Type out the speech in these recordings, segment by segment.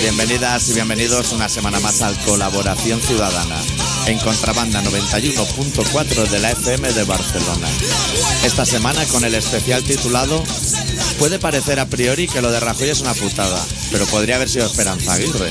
Bienvenidas y bienvenidos una semana más al Colaboración Ciudadana en Contrabanda 91.4 de la FM de Barcelona. Esta semana con el especial titulado Puede parecer a priori que lo de Rajoy es una putada, pero podría haber sido Esperanza Aguirre.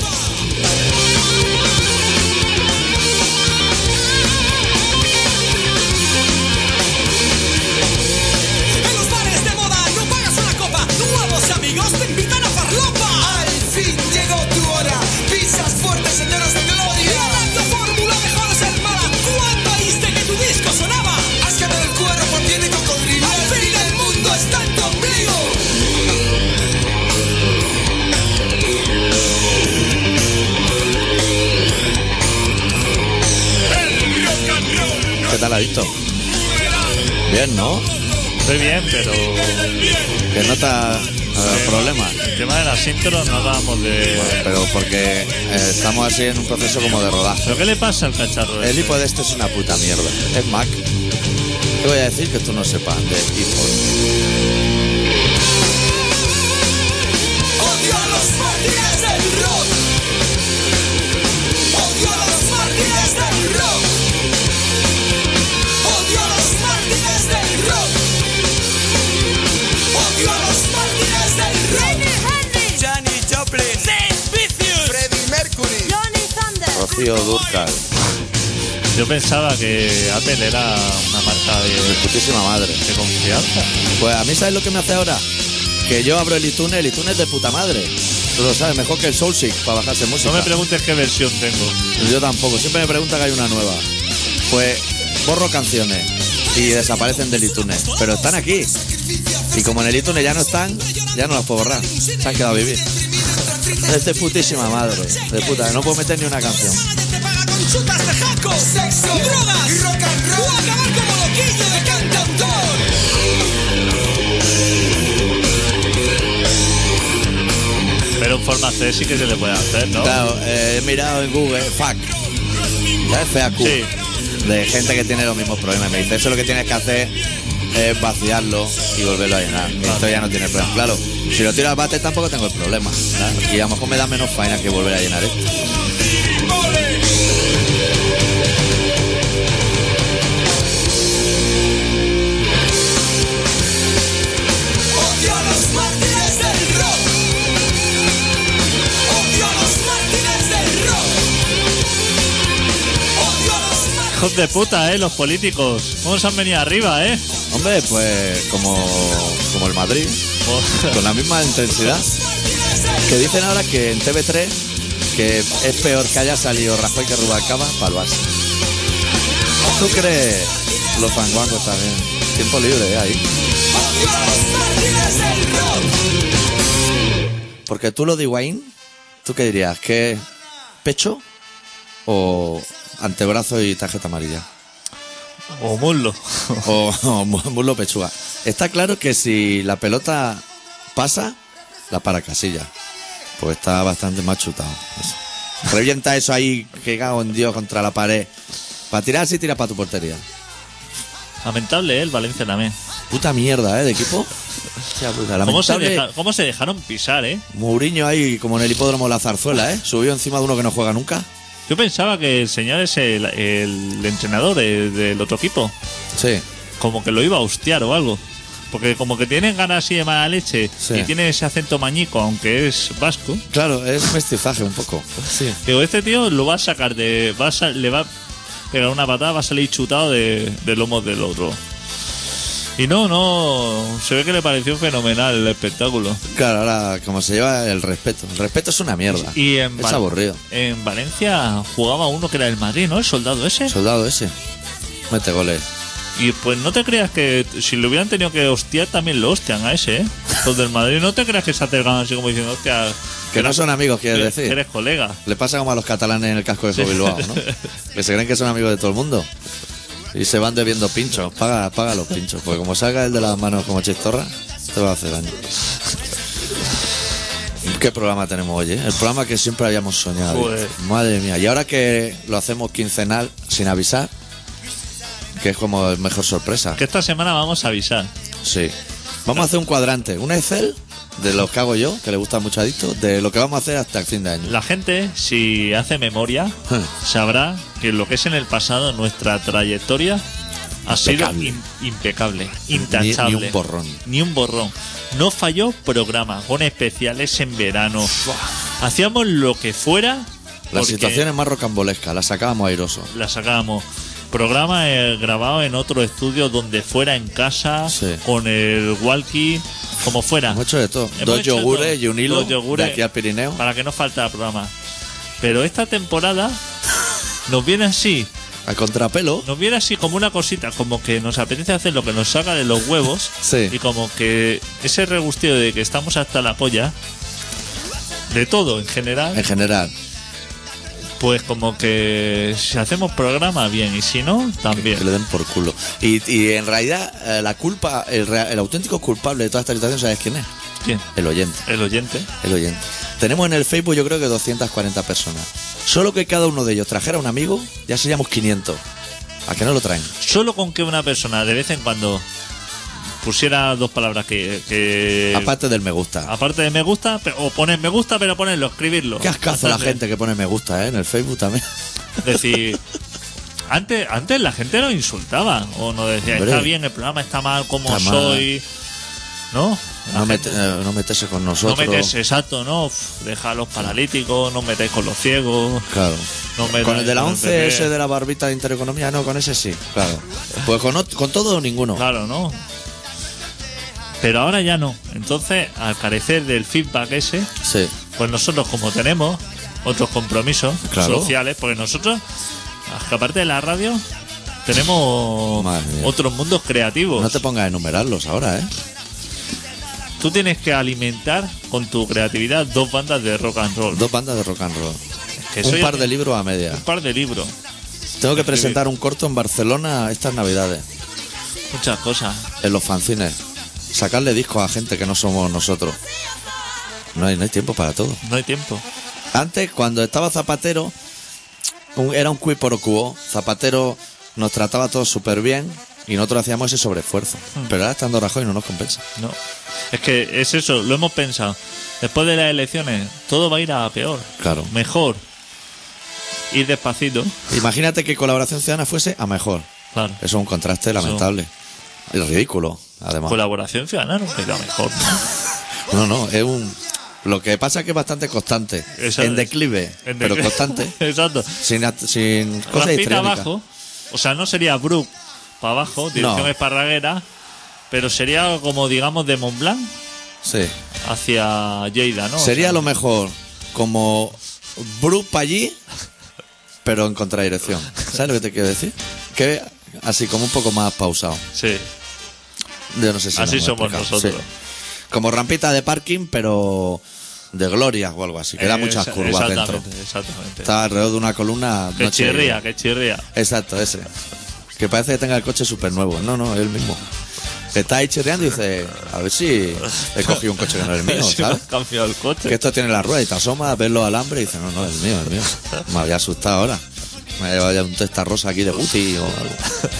¿Qué tal, Adicto? Bien, ¿no? Estoy bien, pero... ¿Qué nota problema? El tema de las intros no hablábamos de... Bueno, pero porque estamos así en un proceso como de rodaje. ¿Pero qué le pasa al cacharro? El hipo de este es una puta mierda. Es Mac. Te voy a decir que tú no sepas de hipo. Odio a los mártires del rock. Odio a los mártires del rock. Odio a los mártires del rock. Odio a los mártires del rock. Janis Joplin, Sid Vicious, Freddie Mercury, Johnny Thunder. Rocío Dúrcal. Yo pensaba que Apple era una marca Mi putísima madre. de confianza. Pues a mí, ¿sabes lo que me hace ahora? Que yo abro el iTunes de puta madre. Tú lo sabes, mejor que el Soulseek para bajarse música. No me preguntes qué versión tengo. Yo tampoco, siempre me preguntan que hay una nueva. Pues borro canciones y desaparecen del iTunes, pero están aquí. Y como en el iTunes ya no están, ya no las puedo borrar. Se han quedado a vivir. Es de putísima madre, de puta, no puedo meter ni una canción. te paga con chutas de jaco, sexo, drogas y rock and roll. O acabar como loquillo de cantautor. Pero en forma C sí que se le puede hacer, ¿no? Claro, he mirado en Google, FAQ, ¿sabes? FAQ, Sí. de gente que tiene los mismos problemas. Me dice, eso lo que tienes que hacer es vaciarlo y volverlo a llenar. Y esto ya no tiene problema. Claro, si lo tiro al bate tampoco tengo el problema, ¿sabes? Y a lo mejor me da menos faena que volver a llenar esto. Odio a los mártires del rock. Odio a los mártires del rock. Odio a los mártires. Hijos de puta, los políticos. ¿Cómo se han venido arriba, Hombre, pues como el Madrid, con la misma intensidad. Que dicen ahora que en TV3 que es peor que haya salido Rajoy que Rubalcaba para el Barça. ¿Tú crees? Los fanguangos también. Tiempo libre, ahí. Odio a los mártires del rock. Porque tú lo de Higuaín, ¿tú qué dirías? ¿Que pecho o antebrazo y tarjeta amarilla? O muslo. O muslo pechuga. Está claro que si la pelota pasa, la para Casilla. Pues está bastante más chutado. Eso. Revienta eso ahí, que cago en Dios, contra la pared. Para tirar, sí tira para tu portería. Lamentable, el Valencia también. Puta mierda, de equipo. Hostia puta, lamentable. ¿Cómo se dejaron pisar, Mourinho ahí, como en el hipódromo La Zarzuela, subió encima de uno que no juega nunca. Yo pensaba que el señor es el entrenador del otro equipo. Sí. Como que lo iba a hostiar o algo. Porque como que tienen ganas así de mala leche. Sí. Y tiene ese acento mañico, aunque es vasco. Claro, es mestizaje un poco. Sí. Digo, este tío lo va a sacar le va a pegar una patada, va a salir chutado del lomo del otro. Y no, se ve que le pareció fenomenal el espectáculo. Claro, ahora como se lleva el respeto. El respeto es una mierda. Y en es aburrido. En Valencia jugaba uno que era el Madrid, ¿no? El soldado ese. Soldado ese. Mete goles. Y pues no te creas que si lo hubieran tenido que hostiar, también lo hostian a ese, Los del Madrid, no te creas que se acercan así como diciendo, hostia... Que no son amigos, quieres decir. Que eres colega. Le pasa como a los catalanes en el casco de Bilbao, ¿no? Que se creen que son amigos de todo el mundo. Y se van debiendo pinchos. Paga los pinchos. Porque como salga el de las manos como chistorra, te va a hacer daño. ¿Qué programa tenemos hoy, El programa que siempre habíamos soñado. Joder. Madre mía. Y ahora que lo hacemos quincenal sin avisar, que es como mejor sorpresa. Que esta semana vamos a avisar. Sí. Vamos a hacer un cuadrante. Un Excel de los que hago yo, que le gusta mucho a Adicto, de lo que vamos a hacer hasta el fin de año. La gente, si hace memoria, sabrá que lo que es en el pasado, nuestra trayectoria ha sido impecable, intachable. Ni un borrón. Ni un borrón. No falló programa, con especiales en verano. Hacíamos lo que fuera. Las porque situaciones más rocambolescas, las sacábamos airoso. la sacábamos. Programa grabado en otro estudio donde fuera, en casa, Sí. con el walkie, como fuera. Hemos hecho de todo. Hemos 2 hecho yogures todo. y un hilo 2 yogures de aquí al Pirineo. para que no faltara programa. Pero esta temporada nos viene así. A contrapelo. Nos viene así como una cosita, como que nos apetece hacer lo que nos saca de los huevos. Sí. Y como que ese regusteo de que estamos hasta la polla, de todo en general, En general. pues como que si hacemos programa bien y si no, también. Que le den por culo. Y en realidad, la culpa, el auténtico culpable de toda esta situación, ¿sabes quién es? ¿Quién? El oyente. El oyente. El oyente. Tenemos en el Facebook, yo creo que 240 personas. Solo que cada uno de ellos trajera un amigo, ya seríamos 500. ¿A qué no lo traen? Solo con que una persona de vez en cuando pusiera 2 palabras que Aparte del me gusta. aparte de me gusta, o poner me gusta, pero ponerlo, escribirlo. Qué ascazo la Bastante. gente que pone me gusta, en el Facebook también. Es decir, antes la gente nos insultaba o nos decía, Hombre. está bien, el programa está mal, como Está mal. soy. ¿No? La No, gente- no meterse con no nosotros. metes, exacto, ¿no? Deja a los paralíticos, no metéis con los ciegos. Claro. No metáis Con el de la con 11, PP. ese de la barbita de Intereconomía, no, con ese sí, claro. Pues con todo o ninguno. Claro, ¿no? Pero ahora ya no. Entonces, al carecer del feedback ese, Sí. pues nosotros como tenemos otros compromisos Claro. sociales, porque nosotros, aparte de la radio, tenemos Madre mía. otros mundos creativos. No te pongas a enumerarlos ahora, ¿eh? Tú tienes que alimentar con tu creatividad 2 bandas de rock and roll. 2 bandas de rock and roll. Que eso Un ya par de libros a media. un par de libros. Tengo que presentar un corto en Barcelona estas navidades. Muchas cosas. En los fanzines. Sacarle discos a gente que no somos nosotros. No hay tiempo para todo. No hay tiempo. Antes, cuando estaba Zapatero, era un quid pro quo. Zapatero nos trataba todos súper bien y nosotros hacíamos ese sobreesfuerzo. Pero ahora estando Rajoy no nos compensa. No. Es que es eso, lo hemos pensado. Después de las elecciones, todo va a ir a peor. Claro. Mejor ir despacito. Imagínate que Colaboración Ciudadana fuese a mejor. Claro. Eso es un contraste lamentable. Y ridículo, además. Colaboración ciudadana nunca irá mejor. No, es un... Lo que pasa es que es bastante constante. Eso en es. declive, pero constante. Exacto. Sin cosas Rampita histriónicas. abajo. O sea, no sería Brook para abajo, dirección No. Esparraguera, pero sería como, digamos, de Montblanc Sí. hacia Lleida, ¿no? Sería O sea, lo mejor como Brook para allí, pero en contradirección. ¿Sabes lo que te quiero decir? Que así como un poco más pausado. Sí. Yo no sé si Así me he somos explicado. nosotros. Sí. Como rampita de parking, pero de gloria o algo así. Que da muchas curvas dentro. Exactamente. Está alrededor de una columna. Que noche- chirría, que chirría. Exacto, ese. Que parece que tenga el coche súper nuevo. No, es el mismo. Está ahí chirriando y dice, a ver si he cogido un coche que no es el mío, Se me ha ¿sabes? cambiado el coche. Que esto tiene la rueda y te asomas, ves los alambres y dices, no, es el mío, es el mío. Me había asustado ahora. Me ha llevado ya un testa rosa aquí de Gucci o algo.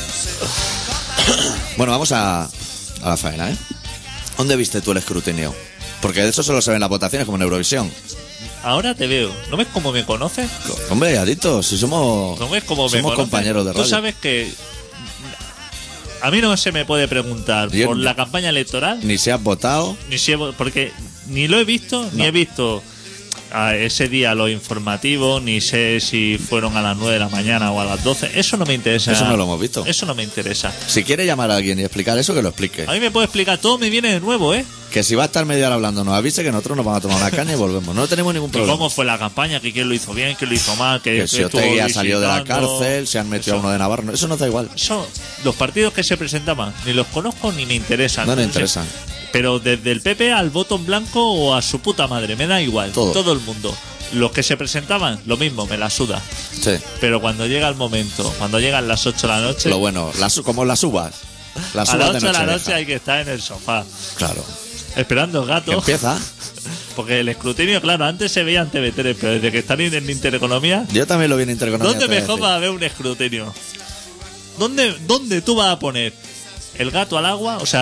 Bueno, vamos a la faena, ¿eh? ¿Dónde viste tú el escrutinio? Porque de eso solo se ven las votaciones como en Eurovisión. Ahora te veo. ¿No ves cómo me conoces? Hombre, adictos, si somos, ¿No ves cómo me somos conoces? compañeros de radio. Tú sabes que a mí no se me puede preguntar Yo por no. la campaña electoral, Ni si has votado, ni si porque ni lo he visto, ni he visto ese día los informativos, ni sé si fueron a las 9 de la mañana o a las 12. Eso no me interesa. Eso no lo hemos visto. Eso no me interesa. si quiere llamar a alguien y explicar eso, que lo explique. A mí me puede explicar, todo me viene de nuevo, ¿eh? Que si va a estar media hora hablando, nos avise que nosotros nos vamos a tomar una caña y volvemos. No tenemos ningún Que problema. cómo fue la campaña, que quién lo hizo bien, quién lo hizo mal, Que si estuvo Otegui ha salido de la visitando. cárcel, se han metido a Eso. uno de Navarro. Eso nos da igual. Eso, los partidos que se presentaban, ni los conozco ni me interesan. No nos interesan. Pero desde el PP al voto en blanco o a su puta madre, me da igual. Todo. El mundo. Los que se presentaban, lo mismo, me la suda. Sí. Pero cuando llega el momento, cuando llegan las 8 de la noche, Lo bueno, como las uvas. Las a uvas las 8 de la Nochevieja. noche hay que estar en el sofá, Claro. esperando el Que gato. empieza. Porque el escrutinio, claro, antes se veía en TV3, pero desde que están en Intereconomía, Yo también lo vi en Intereconomía. ¿dónde te voy a mejor decir. va a haber un escrutinio? ¿Dónde tú vas a poner el gato al agua? O sea,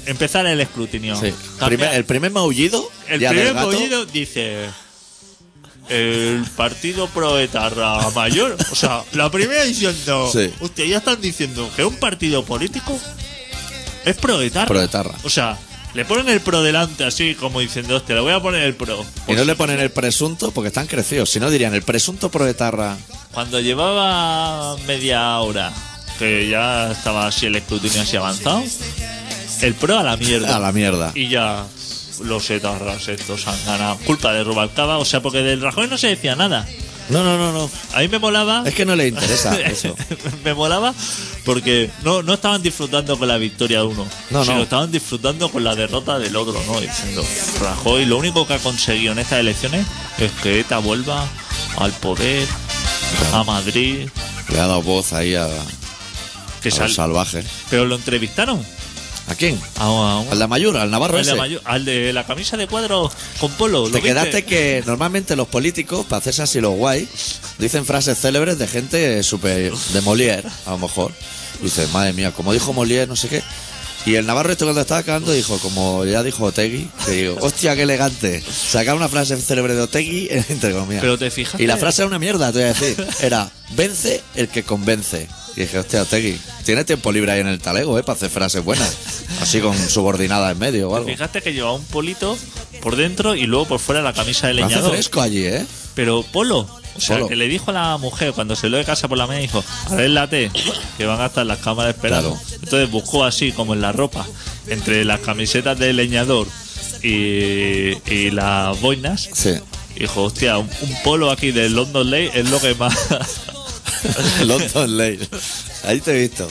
empezar el escrutinio. Sí. Cambia- El primer maullido. el ya primer del gato, maullido dice... El partido proetarra mayor. O sea, la primera diciendo... Sí. Hostia, ya están diciendo que un partido político es proetarra. Proetarra. O sea, le ponen el pro delante así como diciendo, hostia, le voy a poner el pro. Y Pues no le ponen el presunto porque están crecidos. Si no, dirían el presunto proetarra. cuando llevaba media hora, que ya estaba así el escrutinio así avanzado, el pro a la mierda. A la mierda. Y ya los etarras estos han ganado. Culpa de Rubalcaba, o sea, porque del Rajoy no se decía nada. No. A mí me molaba. Es que no le interesa eso. Me molaba porque no estaban disfrutando con la victoria de uno, No, sino no. estaban disfrutando con la derrota del otro, ¿no? Diciendo, Rajoy lo único que ha conseguido en estas elecciones es que ETA vuelva al poder, Claro. a Madrid, Le ha dado voz ahí a que los salvajes. pero lo entrevistaron ¿A quién? a Al de Mayur, al Navarro al de ese. al de la camisa de cuadro con polo. ¿lo Te viste? quedaste que normalmente los políticos, para hacerse así los guay, dicen frases célebres de gente súper de Molière, a lo mejor. Dice, madre mía, como dijo Molière, no sé qué. Y el Navarro este cuando estaba acabando dijo, como ya dijo Otegui, que digo, hostia, qué elegante. Sacar una frase célebre de Otegui, entre comillas. Pero te fijaste. Y la frase era una mierda, te voy a decir. Era, vence el que convence. Y dije, hostia, Otegui, tiene tiempo libre ahí en el talego, para hacer frases buenas. Así con subordinada en medio o algo. Fijaste que llevaba un polito por dentro y luego por fuera la camisa de Hace leñador. fresco allí, ¿eh? Pero polo. O sea, Polo. que le dijo a la mujer cuando se lo de casa por la mañana, dijo, arréglate, que van a estar las cámaras esperando. Claro. Entonces buscó así, como en la ropa, entre las camisetas de leñador y las boinas, Sí. y dijo, hostia, un polo aquí del London Lake es lo que más... London Lane. Ahí te he visto.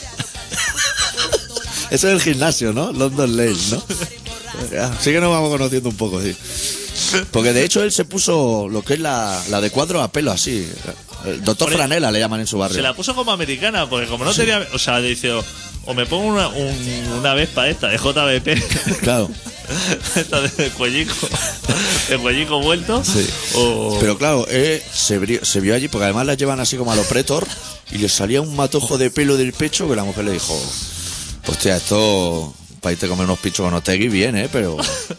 Eso es el gimnasio, ¿no? London Lane, ¿no? Sí que nos vamos conociendo un poco, sí. Porque de hecho él se puso lo que es la de cuadro a pelo así. El doctor Por el- Franela le llaman en su barrio. Se la puso como americana, porque como no tenía... O sea, dice, o me pongo una Vespa esta de JBP, Claro. esta de cuellico, el cuellico vuelto, Sí. o... Pero claro, se vio allí porque además las llevan así como a los pretor y le salía un matojo de pelo del pecho que la mujer le dijo, hostia, esto para irte a comer unos pichos con Otegui bien, pero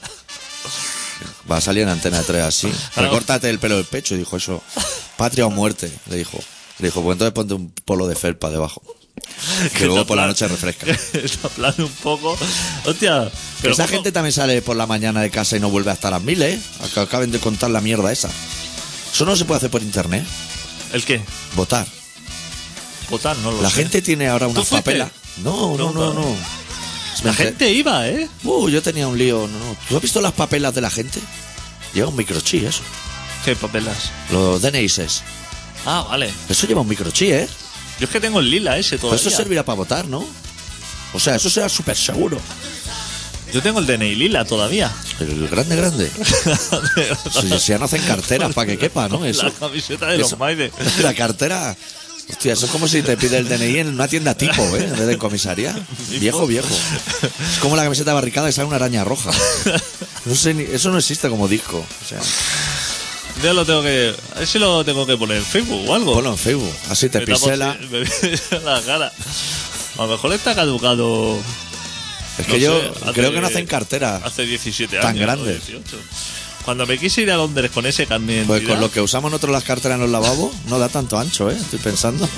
va a salir en Antena 3 así. Recórtate el pelo del pecho. Y dijo eso, patria o muerte, le dijo. Le dijo, pues entonces ponte un polo de felpa debajo. Que luego por la noche refresca. Está hablando un poco. Hostia, pero Esa ¿cómo? gente también sale por la mañana de casa y no vuelve hasta las 1000, ¿eh? Acaben de contar la mierda esa. Eso no se puede hacer por internet. ¿El qué? Votar. Votar, no lo La sé. gente tiene ahora unas fuiste? papelas. No. La gente iba, ¿eh? Yo tenía un lío. No. ¿Tú has visto las papelas de la gente? Lleva un microchip, eso. ¿Qué papelas? Los DNIs. Ah, vale. Eso lleva un microchip, ¿eh? Yo es que tengo el lila ese Pero todavía. eso servirá para votar, ¿no? O sea, eso será súper seguro. Yo tengo el DNI lila todavía. El grande. Si ya no hacen carteras para que quepa, ¿no? Eso. La camiseta de los Eso. Maide. La cartera. Hostia, eso es como si te pide el DNI en una tienda tipo, ¿eh? En vez de en comisaría. Viejo. Es como la camiseta barricada que sale una araña roja. No sé, eso no existe como disco. O sea, Yo lo tengo que... A ver si lo tengo que poner en Facebook o algo. ponlo en Facebook. Así te Me tapo pisela. me pisela la cara. A lo mejor está caducado... Es no que yo sé, hace- creo que no hacen cartera. Hace 17 Tan años. grande. o 18. Cuando me quise ir a Londres con ese carnet de Pues identidad, con lo que usamos nosotros las carteras en los lavabos, no da tanto ancho, ¿eh? Estoy pensando.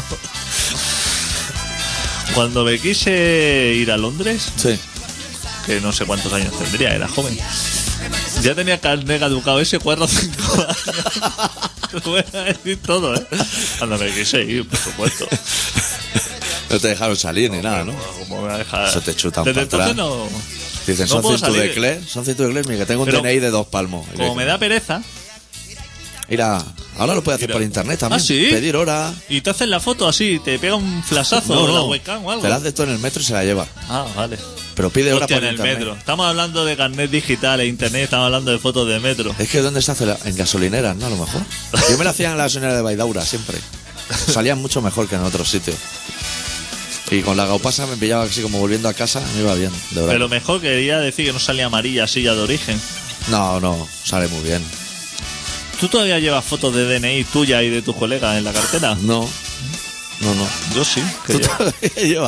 cuando me quise ir a Londres, Sí. que no sé cuántos años tendría, era joven, ya tenía carnet caducado ese 4 o 5 años. Voy a decir todo, ¿eh? Cuando me quise ir, por supuesto. No te dejaron salir ni nada, ¿no? ¿Cómo me va a dejar? Eso te chutan Desde para entonces atrás. no... Dicen, No son puedo cintu de salir. Ecler, mira, que tengo un Pero- DNI de 2 palmos. Como me da pereza, Mira, ahora lo puedes hacer Mira. por internet también. ¿Ah, sí? Pedir hora. y te hacen la foto así, te pega un flashazo de la webcam o algo. Te la haces tú en el metro y se la lleva. Ah, vale. Pero pide hora Hostia, por en el internet. metro. Estamos hablando de carnet digital e internet, estamos hablando de fotos de metro. Es que ¿dónde se hace? En gasolineras, ¿no? A lo mejor. Yo me la hacía en la gasolinera de Baidaura siempre. Salían mucho mejor que en otros sitios. Y con la gaupasa me pillaba así como volviendo a casa, me iba bien, de verdad. Pero mejor quería decir que no salía amarilla silla de origen. No, sale muy bien. ¿Tú todavía llevas fotos de DNI tuya y de tus colegas en la cartera? No. Yo sí. Que ¿Tú llevo. todavía llevas?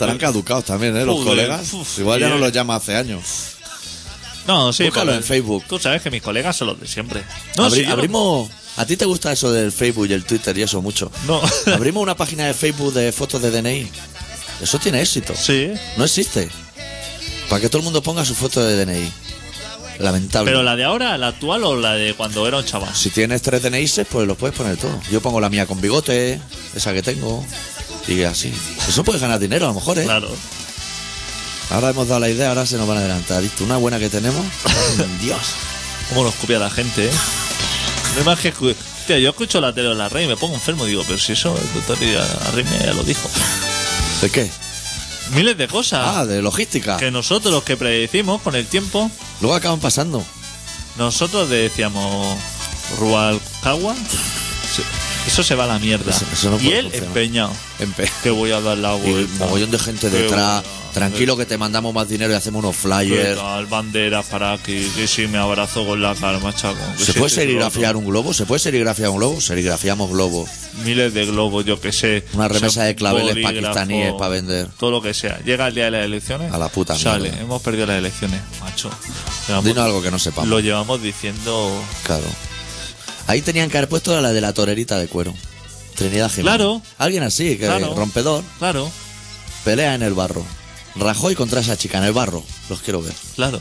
Estarán caducados también, los Joder, colegas. Igual ya no los llama hace años. No, sí. Búscalo porque en Facebook. Tú sabes que mis colegas son los de siempre. No, sí, yo no- Abrimos... ¿A ti te gusta eso del Facebook y el Twitter y eso mucho? No. Abrimos una página de Facebook de fotos de DNI. Eso tiene éxito. Sí. No existe. Para que todo el mundo ponga su foto de DNI. Lamentable. Pero la de ahora, la actual o la de cuando era un chaval. Si tienes 3 DNIs, pues los puedes poner todos. Yo pongo la mía con bigote, esa que tengo, y así. Eso puedes ganar dinero a lo mejor, ¿eh? Claro. Ahora hemos dado la idea, ahora se nos van a adelantar. ¿Viste? Una buena que tenemos. Dios. Cómo nos copia la gente, ¿eh? No hay más que... Tío, yo escucho la tele de la Rey y me pongo enfermo. Digo, pero si eso, el doctor Arritmia ya lo dijo. ¿De qué? Miles de cosas. Ah, de logística. Que nosotros los que predecimos con el tiempo, Luego acaban pasando. nosotros decíamos Rualcagua, eso se va a la mierda. Eso no y puede él funcionar. empeñado. Empe- Que voy a dar la Y vuelta. mogollón de gente Qué detrás. buena. Tranquilo que te mandamos más dinero y hacemos unos ¿Qué flyers. tal? Banderas para aquí, que si me abrazo con la calma, chaco. que ¿Se si puede esto y lo serigrafiar otro. un globo? ¿Se puede serigrafiar un globo? Serigrafiamos globos. Miles de globos, yo que sé. Una remesa de claveles bolígrafo, pakistaníes para vender. Todo lo que sea. Llega el día de las elecciones. A la puta Sale, mierda. hemos perdido las elecciones, macho. Llevamos- Dinos algo que no sepamos. Lo llevamos diciendo. Claro. Ahí tenían que haber puesto la de la torerita de cuero. Trinidad Jiménez. Claro. Alguien así, que Claro. rompedor. Claro, Pelea en el barro. Rajoy contra esa chica en el barro. Los quiero ver. claro.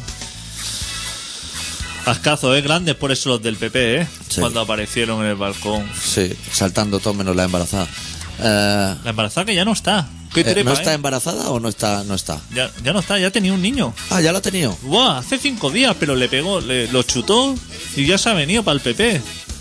Ascazo, grandes por eso los del PP, Sí. Cuando aparecieron en el balcón. Sí, saltando todo menos la embarazada. La embarazada que ya no está. Qué trepa, ¿No está embarazada o no está? No está. Ya no está, ya tenía un niño. Ah, ya lo ha tenido. Buah, hace 5 días, pero le pegó, lo chutó y ya se ha venido para el PP.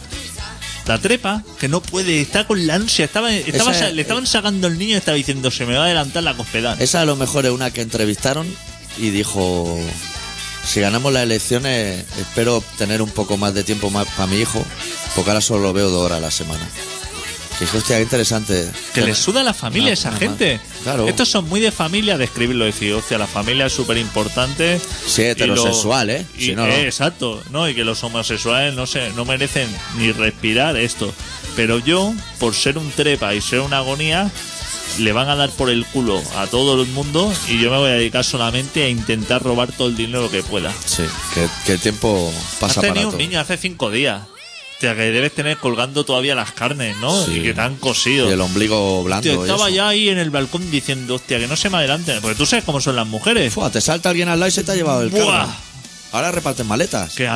La trepa, que no puede, está con la ansia. Le estaban sacando el niño y estaba diciendo, se me va a adelantar la cospedal. Esa a lo mejor es una que entrevistaron y dijo: si ganamos las elecciones, espero tener un poco más de tiempo más para mi hijo, porque ahora solo lo veo 2 horas a la semana. Que dije, hostia, qué interesante. Que le suda a la familia Una- esa una gente. más. Claro. Estos son muy de familia de escribirlo, decir, hostia, la familia es súper importante. Sí, heterosexual, ¿eh? Si no, no. Exacto, ¿no? Y que los homosexuales no merecen ni respirar esto. Pero yo, por ser un trepa y ser una agonía, le van a dar por el culo a todo el mundo y yo me voy a dedicar solamente a intentar robar todo el dinero que pueda. Sí, que el tiempo pasa Has para tenido un todo. niño hace 5 días. Hostia, que debes tener colgando todavía las carnes, ¿no? Sí. Y que te han cosido. Y el ombligo blando. Tío, y estaba eso. ya ahí en el balcón diciendo, hostia, que no se me adelanten. Porque tú sabes cómo son las mujeres. Fua, te salta alguien al lado y se te ha llevado el Buah. carro. Ahora reparten maletas. Que a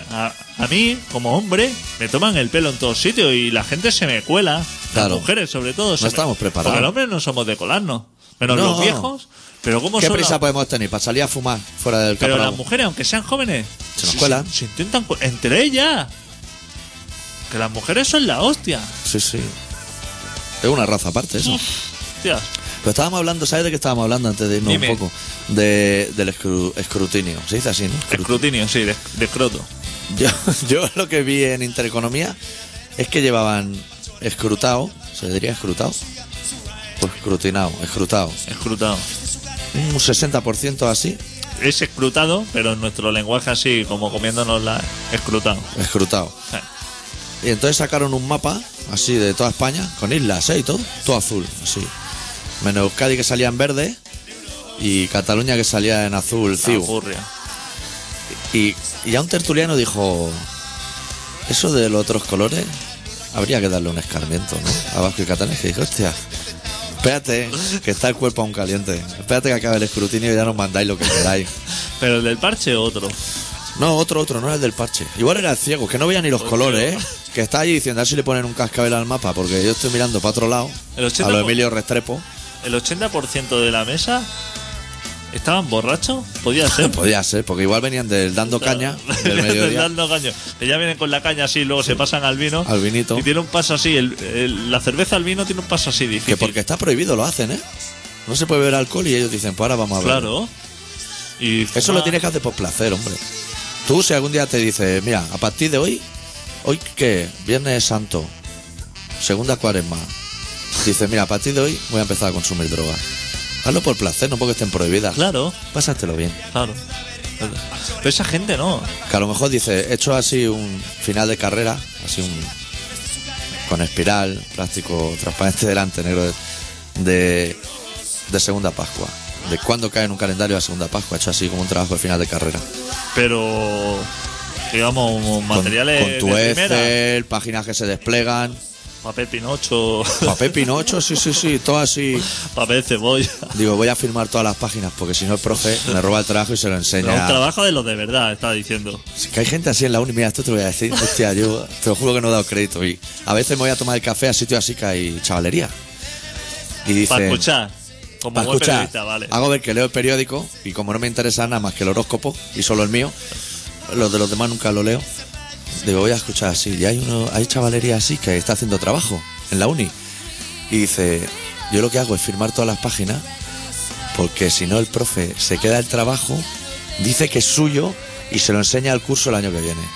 mí, como hombre, me toman el pelo en todos sitios y la gente se me cuela. Claro. Las mujeres, sobre todo. No estamos preparados. Porque los hombres no somos de colarnos. Menos No. los viejos. Pero ¿cómo ¿Qué son prisa las- podemos tener para salir a fumar fuera del Pero capravo? las mujeres, aunque sean jóvenes, Se nos cuelan. se intentan entre ellas. Que las mujeres son la hostia. Sí, sí. Es una raza aparte eso. Hostia. Pero estábamos hablando, ¿sabes de qué estábamos hablando antes de irnos Dime. un poco? Del escrutinio. Se dice así, ¿no? Escrutinio, sí, de escroto. Yo lo que vi en Intereconomía es que llevaban escrutado, ¿se diría escrutado? Pues escrutado. Escrutado. Un 60% así, Es escrutado, pero en nuestro lenguaje así, como comiéndonos la escrutado. escrutado. Y entonces sacaron un mapa así de toda España, con islas, y todo azul, así. Menos Euskadi que salía en verde y Cataluña que salía en azul ciu. Furria. Y ya un tertuliano dijo: eso de los otros colores habría que darle un escarmiento, ¿no? A Vasco y Catalán, que dijo: hostia, espérate, que está el cuerpo aún caliente. Espérate que acabe el escrutinio y ya nos mandáis lo que queráis. Pero el del parche otro. No, otro, no era el del parche. Igual era el ciego, que no veía ni los colores, ¿eh? Que está allí diciendo a ver si le ponen un cascabel al mapa, porque yo estoy mirando para otro lado, El a 80%. lo Emilio Restrepo. El 80% de la mesa estaban borrachos. Podía ser. Podía ser, porque igual venían del dando caña, del mediodía, Dando caña. Que ya vienen con la caña así, luego se pasan al vino. al vinito. Y tiene un paso así. La cerveza al vino tiene un paso así difícil. Que porque está prohibido lo hacen, ¿eh? No se puede beber alcohol y ellos dicen, pues ahora vamos a ver. Claro. Y Eso lo tienes que hacer por placer, hombre. Tú, si algún día te dices, mira, a partir de hoy qué, Viernes Santo, segunda cuaresma, dices, mira, a partir de hoy voy a empezar a consumir drogas. Hazlo por placer, no porque estén prohibidas. Claro, Pásatelo bien. claro. Pero esa gente no. Que a lo mejor dice, he hecho así un final de carrera, así con espiral, plástico transparente delante, negro, de de segunda Pascua. De cuándo cae en un calendario la segunda Pascua, hecho así como un trabajo de final de carrera. Pero, digamos, materiales Con tu de primera. Excel, páginas que se desplegan. Papel Pinocho, Papel Pinocho, sí, todo así. papel cebolla. Digo, voy a firmar todas las páginas porque si no el profe me roba el trabajo y se lo No, enseña. un trabajo de los de verdad, estaba diciendo. Es que hay gente así en la uni, mira, esto te lo voy a decir. Hostia, yo te lo juro que no he dado crédito. Y a veces me voy a tomar el café a sitios así que hay chavalería. Y dicen, Para escuchar. Como para buen escuchar, periodista, vale. hago ver que leo el periódico y como no me interesa nada más que el horóscopo y solo el mío, los de los demás nunca lo leo. Digo, voy a escuchar así. Y hay chavalería así que está haciendo trabajo en la uni. Y dice, yo lo que hago es firmar todas las páginas porque si no el profe se queda el trabajo, dice que es suyo y se lo enseña al curso el año que viene.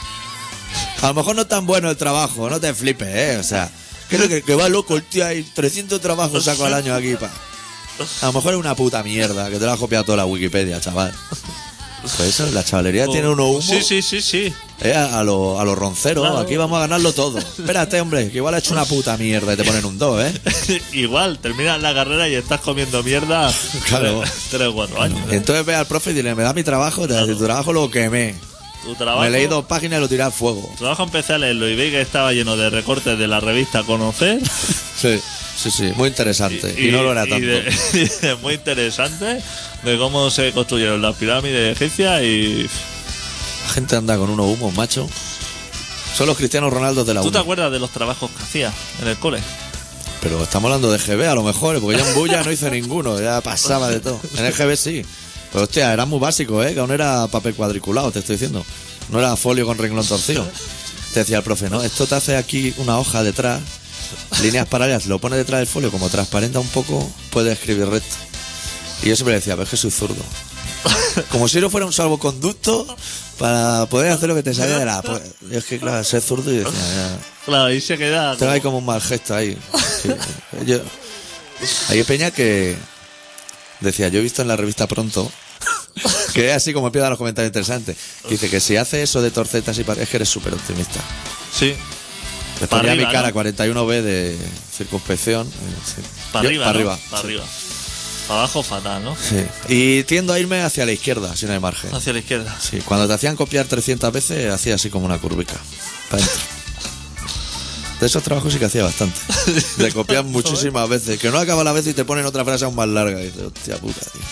A lo mejor no es tan bueno el trabajo, no te flipes, o sea, que va loco el tío, hay 300 trabajos saco al año aquí, pa. A lo mejor es una puta mierda, que te lo ha copiado toda la Wikipedia, chaval. Pues eso, la chavalería tiene uno humo. Sí. A los ronceros, Claro. aquí vamos a ganarlo todo. Espérate, hombre, que igual ha hecho una puta mierda y te ponen un 2, ¿eh? Igual, terminas la carrera y estás comiendo mierda. Claro. 3 o 4 años. Y entonces ve al profe y dile, me da mi trabajo, te dice, tu trabajo lo quemé. Tu trabajo, Me leí 2 páginas y lo tiré al fuego. tu trabajo empecé a leerlo y vi que estaba lleno de recortes de la revista Conocer. Sí, muy interesante. Y no lo era tanto. Muy interesante de cómo se construyeron las pirámides egipcias y... La gente anda con unos humos, macho. Son los Cristianos Ronaldos de la ¿Tú uni. te acuerdas de los trabajos que hacía en el cole? Pero estamos hablando de GB a lo mejor, porque ya en Bulla no hice ninguno, ya pasaba de todo. En el GB sí. Pero hostia, era muy básico, que aún era papel cuadriculado, te estoy diciendo. No era folio con renglón torcido. Te decía el profe, ¿no? Esto te hace aquí una hoja detrás, líneas paralelas, lo pone detrás del folio, como transparenta un poco, puedes escribir recto. Y yo siempre le decía, pero es que soy zurdo. Como si no fuera un salvoconducto para poder hacer lo que te salga de la... Pues, y es que claro, ser zurdo y decía, ya... Claro, ahí se queda... Tengo ahí como un mal gesto ahí. Sí. Hay peña que decía, yo he visto en la revista Pronto, que es así como empiezan los comentarios interesantes, que dice que si hace eso de torcetas y es que eres súper optimista. Sí. Les Pa' ponía arriba, mi cara ¿no? 41B de circunspección. Sí. Para Yo, arriba, para ¿no? arriba. Para Sí. arriba. Para abajo fatal, ¿no? Sí. Y tiendo a irme hacia la izquierda, si no hay margen. Hacia la izquierda. Sí. Cuando te hacían copiar 300 veces, hacía así como una curvica. Para adentro. De esos trabajos sí que hacía bastante. De copiar muchísimas veces. Que no acaba la vez y te ponen otra frase aún más larga. Y dices, hostia puta, tío.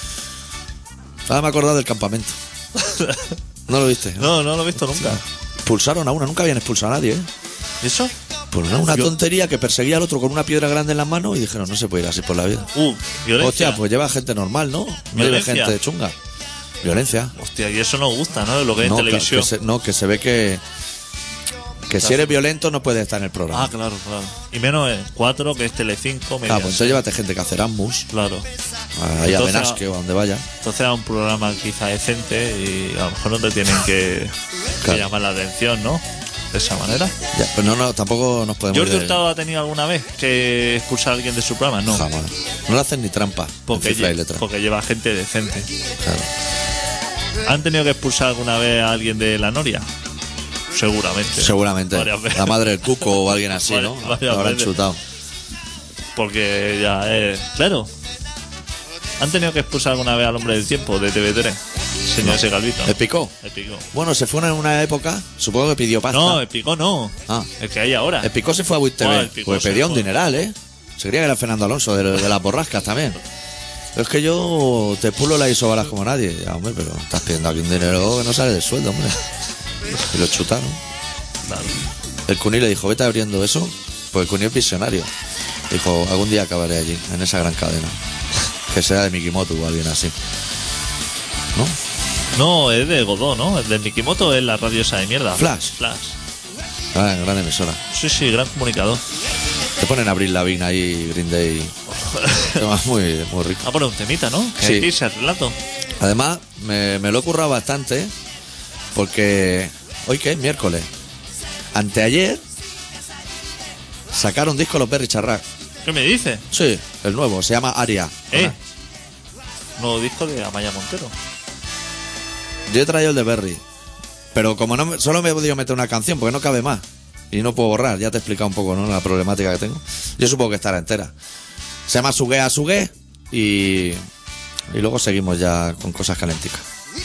Ahora me he acordado del campamento. ¿No lo viste? No, no lo he visto nunca. Expulsaron a una. Nunca habían expulsado a nadie, ¿eh? ¿Y eso? Por una tontería que perseguía al otro con una piedra grande en las manos y dijeron, no se puede ir así por la vida. Violencia. Hostia, pues lleva gente normal, ¿no? No lleva Violencia. gente chunga. Violencia. Hostia, y eso nos gusta, ¿no? Lo que hay No, en televisión. que se ve que si eres violento no puedes estar en el programa. Ah, claro. Y menos en 4, que es Telecinco. Pues entonces llévate gente que hace Erasmus, Claro. ahí a Entonces, Benasque o a donde vaya. Entonces era un programa quizá decente y a lo mejor no te tienen que Claro. llamar la atención, ¿no? De esa manera. Ya, pues no, tampoco nos podemos ¿Jordi ir de- Hurtado ha tenido alguna vez que expulsar a alguien de su programa? No. Jamás. No le hacen ni trampa. Porque, en cifra y letra. porque lleva gente decente. Claro. ¿Han tenido que expulsar alguna vez a alguien de la Noria? Seguramente. Seguramente. Varias veces. La madre del Cuco o alguien así, ¿no? Varias Lo habrán veces. chutado. Porque ya es. Claro. ¿Han tenido que expulsar alguna vez al hombre del tiempo de TV3? Señor ese Calvito. ¿Le picó? El Picó. Bueno, se fue en una época, supongo que pidió pasta. No, el Picó no. Ah. El que hay ahora. El Picó se fue a Buit TV. El Picó Pues se pedía un fue. dineral, ¿eh? Se creía que era Fernando Alonso de las borrascas también. Pero es que yo te pulo las isobalas como nadie. Ya, hombre, pero estás pidiendo aquí un dinero que no sale del sueldo, hombre. Y lo chutaron. Claro. El Cuní le dijo, vete abriendo eso. Pues el Cuní es visionario. Dijo, algún día acabaré allí, en esa gran cadena. Que sea de Mikimoto o alguien así. ¿No? No, es de Godó, ¿no? El de Mikimoto es la radio esa de mierda. Flash. Flash. Ah, gran emisora. Sí, gran comunicador. Te ponen a abrir la vina ahí, Green Day. Tema muy, muy rico. Ah, pero un temita, ¿no? Que Sí. aquí se relato. Además, me lo he currado bastante. Porque hoy que es miércoles. Anteayer sacaron disco los Berry Charrac. ¿Qué me dices? Sí, el nuevo, se llama Aria. Nuevo disco de Amaya Montero. Yo he traído el de Berry. Pero como solo me he podido meter una canción porque no cabe más. Y no puedo borrar, ya te he explicado un poco, ¿no? La problemática que tengo. Yo supongo que estará entera. Se llama Sugué a Sugué. y luego seguimos ya con cosas calenticas.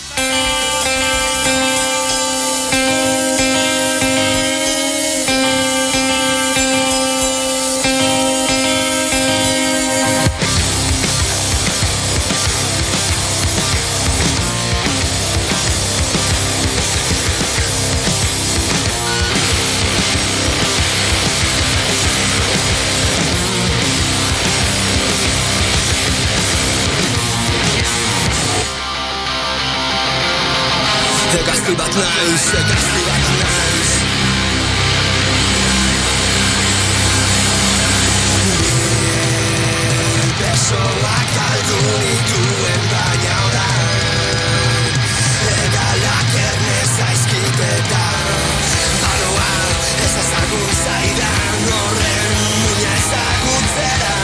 Hegazti bat naiz, hegazti bat naiz. Besoak galdu nituen baina orain Egalak ernez zaizkiteta Baloa ez ezagun zaidan horren muina ezagutzera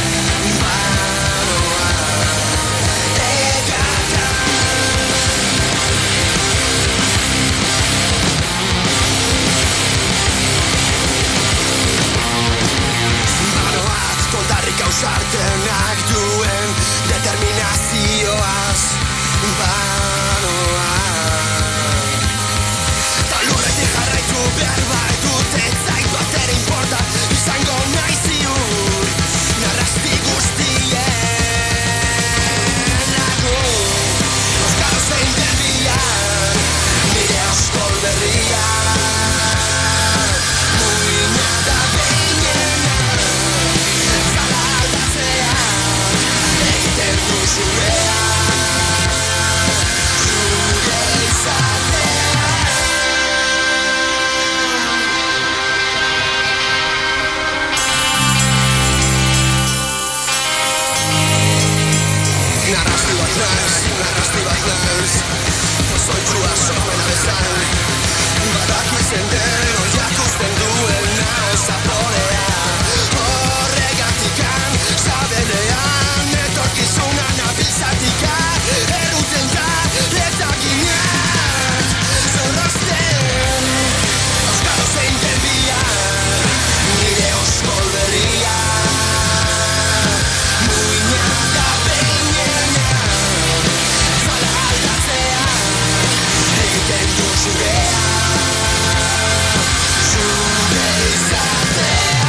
Baloa ausartenak duen determinazioaz banoa Talurretik jarraitu behar baitut ez zaitu atera inporta izango naiz ziur narrasti guztien lagun Euskalo zein derbian nire oskol berria muina da behinena Narrasti bat naiz Pozoitzua sormena bezan Badaki sendero jakusten duena zaporea Horregatikan sabelean etorkizuna nabilzatika Eruten da eta ginean zorrozten Euskalo zein derbian nire oskol berria muina da behinena zala aldatzea egiten du zurea zure izatea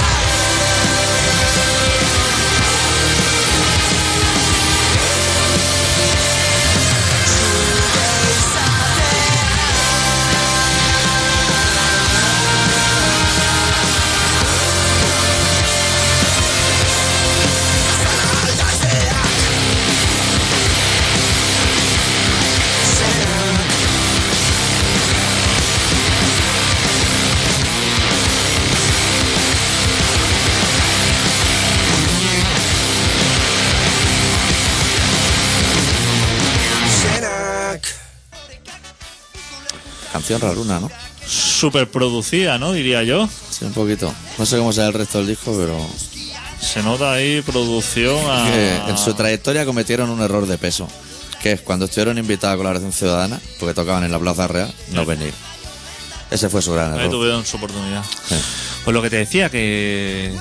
Canción raruna, ¿no? Súper producida, ¿no? Diría yo. Sí, un poquito. No sé cómo será el resto del disco, pero Se nota ahí producción a... que en su trayectoria cometieron un error de peso, que es cuando estuvieron invitados a Colaboración Ciudadana, porque tocaban en la Plaza Real, no venir. Ese fue su gran Ahí error. tuvieron su oportunidad. Sí. Pues lo que te decía, que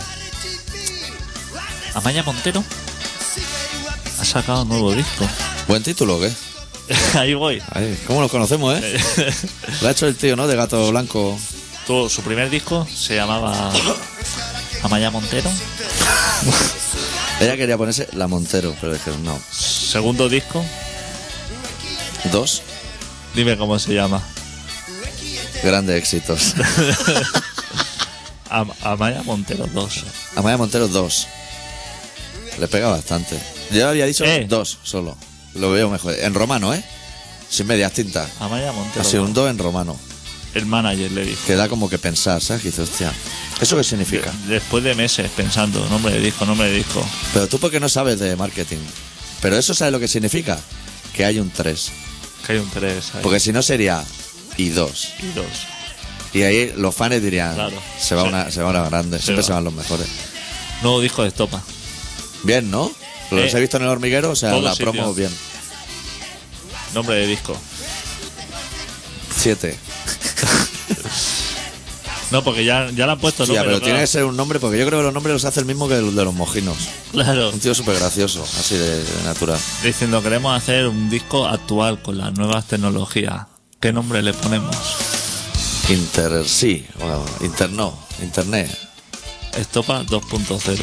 Amaia Montero ha sacado un nuevo disco. Buen título, ¿o qué? Ahí voy. Ahí, ¿cómo los conocemos, Lo ha hecho el tío, ¿no? De Gato Blanco. Su primer disco se llamaba Amaia Montero. Ella quería ponerse La Montero, pero dijeron no. Segundo disco, 2 dime cómo se llama. grandes éxitos. Amaia Montero 2. Amaia Montero 2. Le pega bastante. Yo había dicho 2 solo. Lo veo mejor. En romano, sin medias tintas. Amaya Montero. Así un 2 en romano. El manager le dijo. Que da como que pensar, ¿sabes? Que dice, hostia, ¿eso qué significa? Después de meses pensando, nombre de disco. Pero tú porque no sabes de marketing. Pero eso ¿sabes lo que significa? Que hay un 3. Que hay un 3 ahí. Porque si no sería y 2. Y 2. Y ahí los fans dirían, Claro. se va una grande. Siempre va. se van los mejores. Nuevo disco de Estopa. Bien, ¿no? Los he visto en el hormiguero, o sea, todo la sitio. promo bien. Nombre de disco. 7. No, porque ya le han puesto Ya, nombre. pero tiene que claro. ser un nombre, porque yo creo que los nombres los hace el mismo que el de los mojinos. Claro. Un tío súper gracioso, así de natural. Diciendo, queremos hacer un disco actual con las nuevas tecnologías. ¿Qué nombre le ponemos? Sí, bueno, Internet. Estopa 2.0.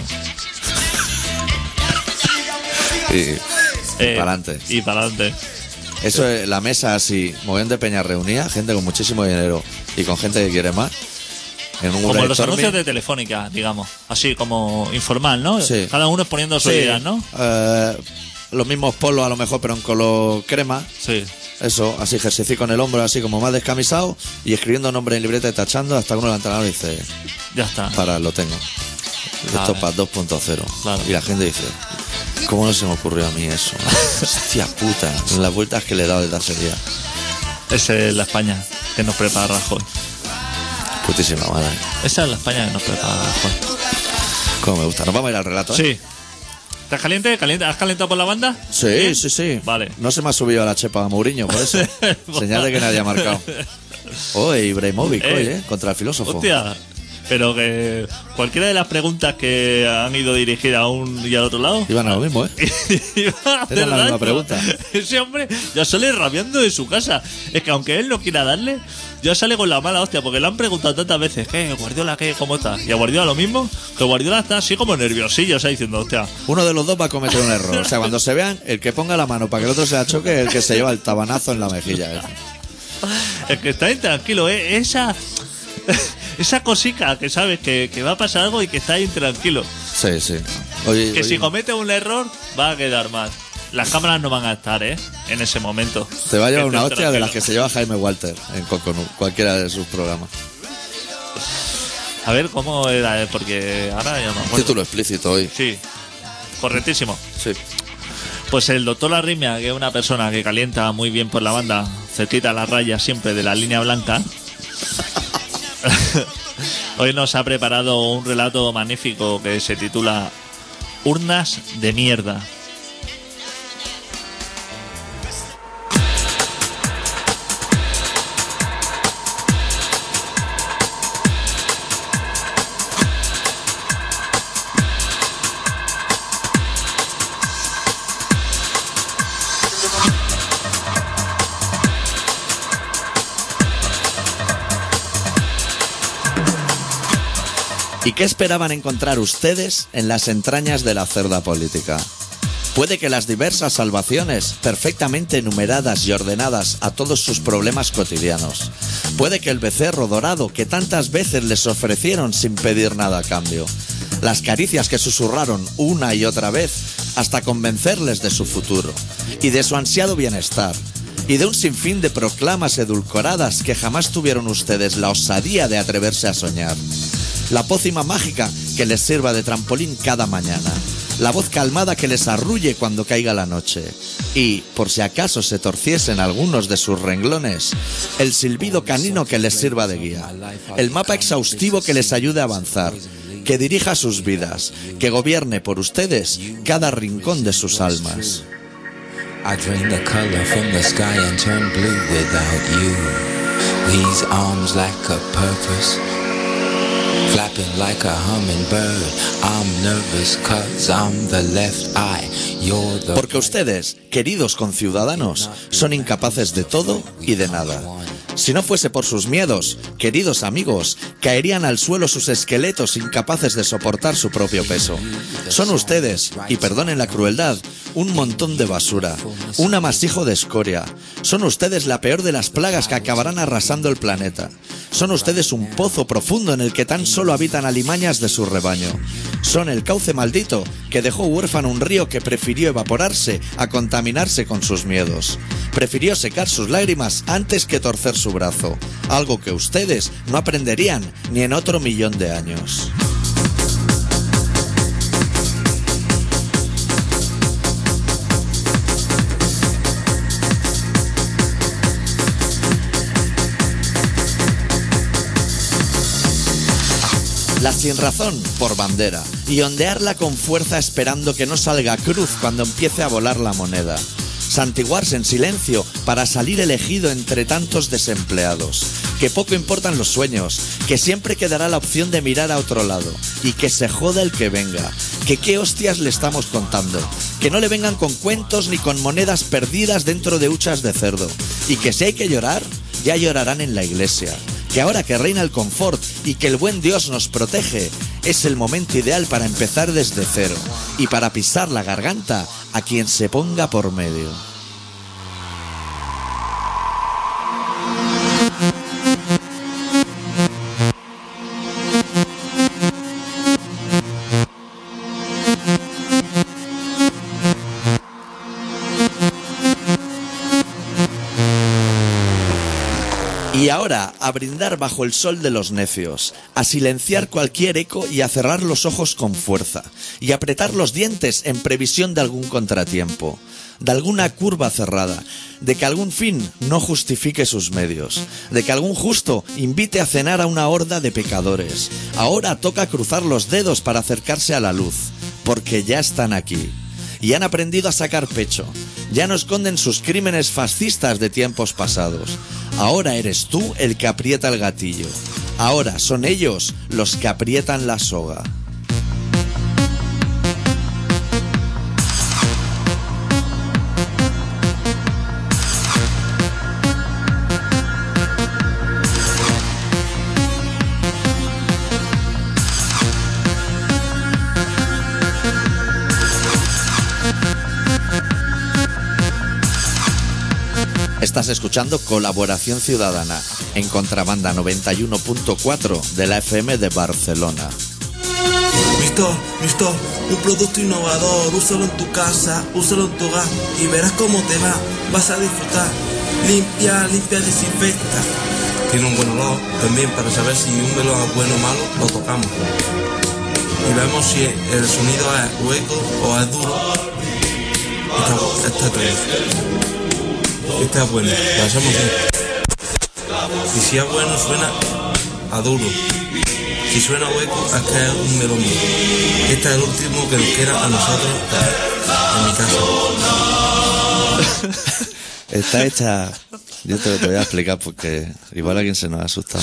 Y para adelante. Y para adelante. Eso es la mesa así, mogollón de peña reunida, gente con muchísimo dinero y con gente que quiere más. En un Como los brainstorming. anuncios de Telefónica, digamos. Así como informal, ¿no? Sí. Cada uno exponiendo sus Sí, ideas, ¿no? Los mismos polos a lo mejor, pero en color crema. Sí. Eso, así ejercicio con el hombro, así como más descamisado y escribiendo nombre en libreta y tachando hasta que uno levanta la mano y dice, Ya está. para, lo tengo. Vale. Esto para 2.0. Claro. Y la gente dice, ¿cómo no se me ocurrió a mí eso? Hostia puta, en las vueltas que le he dado de tasería. Esa es la España que nos prepara Rajoy. Putísima madre. Esa es la España que nos prepara Rajoy. Cómo me gusta. Nos vamos a ir al relato, ¿eh? Sí. ¿Estás caliente? ¿Has calentado por la banda? Sí, ¿Bien? sí. Vale. No se me ha subido a la chepa a Mourinho, por eso. Señal de que nadie ha marcado. Ibrahimovic, hoy, contra el filósofo. Hostia. Pero que cualquiera de las preguntas que han ido dirigidas a un y al otro lado. Iban a lo mismo, ¿eh? Iba a hacer Era la misma daño. pregunta. Ese hombre ya sale rabiando de su casa. Es que aunque él no quiera darle, ya sale con la mala hostia, porque le han preguntado tantas veces, ¿qué? Guardiola, ¿qué? ¿Cómo está? Y a Guardiola lo mismo, que Guardiola está así como nerviosillo, o sea, diciendo, hostia, Uno de los dos va a cometer un error. O sea, cuando se vean, el que ponga la mano para que el otro se la choque es el que se lleva el tabanazo en la mejilla. es que está intranquilo, ¿eh? Esa cosica que sabes que va a pasar algo y que está intranquilo. Sí. Oye, Que si comete un error, va a quedar mal. Las cámaras no van a estar, ¿eh? En ese momento. te va a llevar una Estés hostia de las que tranquilo. se lleva Jaime Walter en Coconut, cualquiera de sus programas. A ver, ¿cómo era? Porque ahora ya no me acuerdo. Título explícito hoy. Sí, correctísimo. Sí. Pues el doctor Arritmia, que es una persona que calienta muy bien por la banda, cerquita a la raya siempre de la línea blanca, hoy nos ha preparado un relato magnífico que se titula Urnas de mierda. ¿Y qué esperaban encontrar ustedes en las entrañas de la cerda política? Puede que las diversas salvaciones, perfectamente enumeradas y ordenadas a todos sus problemas cotidianos. Puede que el becerro dorado que tantas veces les ofrecieron sin pedir nada a cambio. Las caricias que susurraron una y otra vez hasta convencerles de su futuro y de su ansiado bienestar. Y de un sinfín de proclamas edulcoradas que jamás tuvieron ustedes la osadía de atreverse a soñar. La pócima mágica que les sirva de trampolín cada mañana. La voz calmada que les arrulle cuando caiga la noche. Y, por si acaso se torciesen algunos de sus renglones, el silbido canino que les sirva de guía. El mapa exhaustivo que les ayude a avanzar. Que dirija sus vidas. Que gobierne por ustedes cada rincón de sus almas. I drain the color from the sky and turn blue without you. These arms lack a purpose, flapping like a hummingbird. I'm nervous 'cause I'm the left eye, you're the Porque ustedes, queridos conciudadanos, son incapaces de todo y de nada. Si no fuese por sus miedos, queridos amigos, caerían al suelo sus esqueletos incapaces de soportar su propio peso. Son ustedes, y perdonen la crueldad, un montón de basura, un amasijo de escoria. Son ustedes la peor de las plagas que acabarán arrasando el planeta. Son ustedes un pozo profundo en el que tan solo habitan alimañas de su rebaño. Son el cauce maldito que dejó huérfano un río que prefirió evaporarse a contaminarse con sus miedos. Prefirió secar sus lágrimas antes que torcer su brazo, algo que ustedes no aprenderían ni en otro 1.000.000 de años. La sinrazón por bandera y ondearla con fuerza esperando que no salga cruz cuando empiece a volar la moneda. Santiguarse en silencio para salir elegido entre tantos desempleados. que poco importan los sueños, que siempre quedará la opción de mirar a otro lado y que se joda el que venga, que qué hostias le estamos contando, que no le vengan con cuentos ni con monedas perdidas dentro de huchas de cerdo y que si hay que llorar, ya llorarán en la iglesia, que ahora que reina el confort y que el buen Dios nos protege, es el momento ideal para empezar desde cero y para pisar la garganta a quien se ponga por medio. Y ahora, a brindar bajo el sol de los necios, a silenciar cualquier eco y a cerrar los ojos con fuerza, y a apretar los dientes en previsión de algún contratiempo, de alguna curva cerrada, de que algún fin no justifique sus medios, de que algún justo invite a cenar a una horda de pecadores. Ahora toca cruzar los dedos para acercarse a la luz, porque ya están aquí. Y han aprendido a sacar pecho. Ya no esconden sus crímenes fascistas de tiempos pasados. Ahora eres tú el que aprieta el gatillo. Ahora son ellos los que aprietan la soga. Estás escuchando Colaboración Ciudadana en Contrabanda 91.4 de la FM de Barcelona. Visto, un producto innovador, úsalo en tu casa, úsalo en tu hogar y verás cómo te va, vas a disfrutar. Limpia, desinfecta. Tiene un buen olor también para saber si un melón es bueno o malo, lo tocamos. Y vemos si el sonido es hueco o es duro. Está todo. Esta es buena, la hacemos bien. Y si es bueno suena a duro. Si suena hueco es que es un melón. Este es el último que nos queda a nosotros en mi casa. Está hecha... Yo te voy a explicar porque igual alguien se nos ha asustado.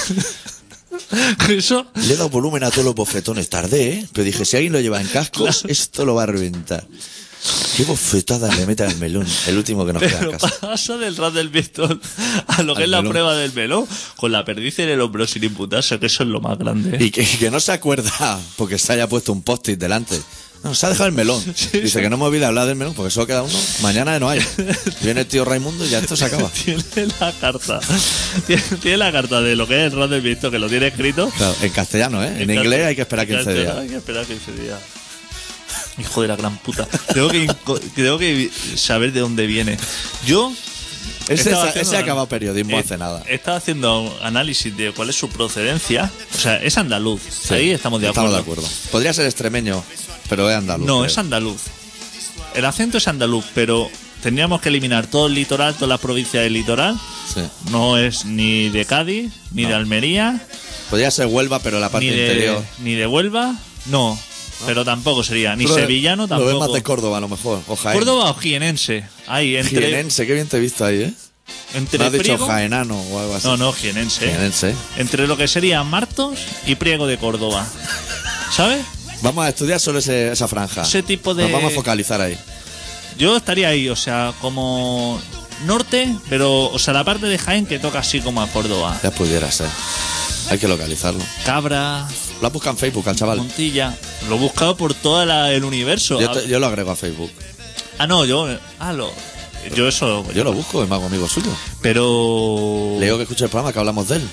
¿Eso? Le he dado volumen a todos los bofetones. Tardé, ¿eh? Pero dije, si alguien lo lleva en cascos, esto lo va a reventar. Qué bofetada le mete al melón, el último que nos queda en Pero casa. pasa del ras del pistón a lo que Al es la melón. prueba del melón, con la perdiz en el hombro sin imputarse, que eso es lo más grande. Y que no se acuerda porque se haya puesto un post-it delante. No, se ha dejado el melón. Dice que no me olvide hablar del melón porque solo queda uno. Mañana no hay. Viene el tío Raimundo y ya esto se acaba. Tiene la carta. Tiene la carta de lo que es el ras del pistón, que lo tiene escrito. Claro, en castellano, ¿eh? En inglés hay que esperar 15 días. Hay que esperar 15 días. Hijo de la gran puta. Tengo que saber de dónde viene. Yo... Ese estaba ha haciendo acabado periodismo hace nada. Estaba haciendo análisis de cuál es su procedencia. O sea, es andaluz. Sí, Ahí estamos de acuerdo. Estamos de acuerdo. Podría ser extremeño, pero es andaluz. No, creo. es andaluz. El acento es andaluz, pero tendríamos que eliminar todo el litoral, toda la provincia del litoral. Sí. No es ni de Cádiz, ni de Almería, Podría ser Huelva, pero la parte interior. ni de Huelva. No, pero tampoco sería. Ni Pero sevillano tampoco. Lo ves más de Córdoba, a lo mejor. O Jaén. Córdoba o jienense. Ahí, entre, Jienense, qué bien te he visto ahí, ¿eh? entre Me has dicho Priego- jaenano o algo así. No, jienense. Jienense. Entre lo que sería Martos y Priego de Córdoba. ¿Sabes? Vamos a estudiar solo esa franja. Ese tipo de- Nos vamos a focalizar ahí. Yo estaría ahí, o sea, como norte, pero, o sea, la parte de Jaén que toca así como a Córdoba. Ya pudiera ser. Hay que localizarlo. Cabra, Lo has buscado en Facebook al chaval. Montilla. Lo he buscado por todo el universo. Yo lo agrego a Facebook. Yo eso. Yo lo busco y me hago amigo suyo. Pero. Le digo que escuche el programa que hablamos de él.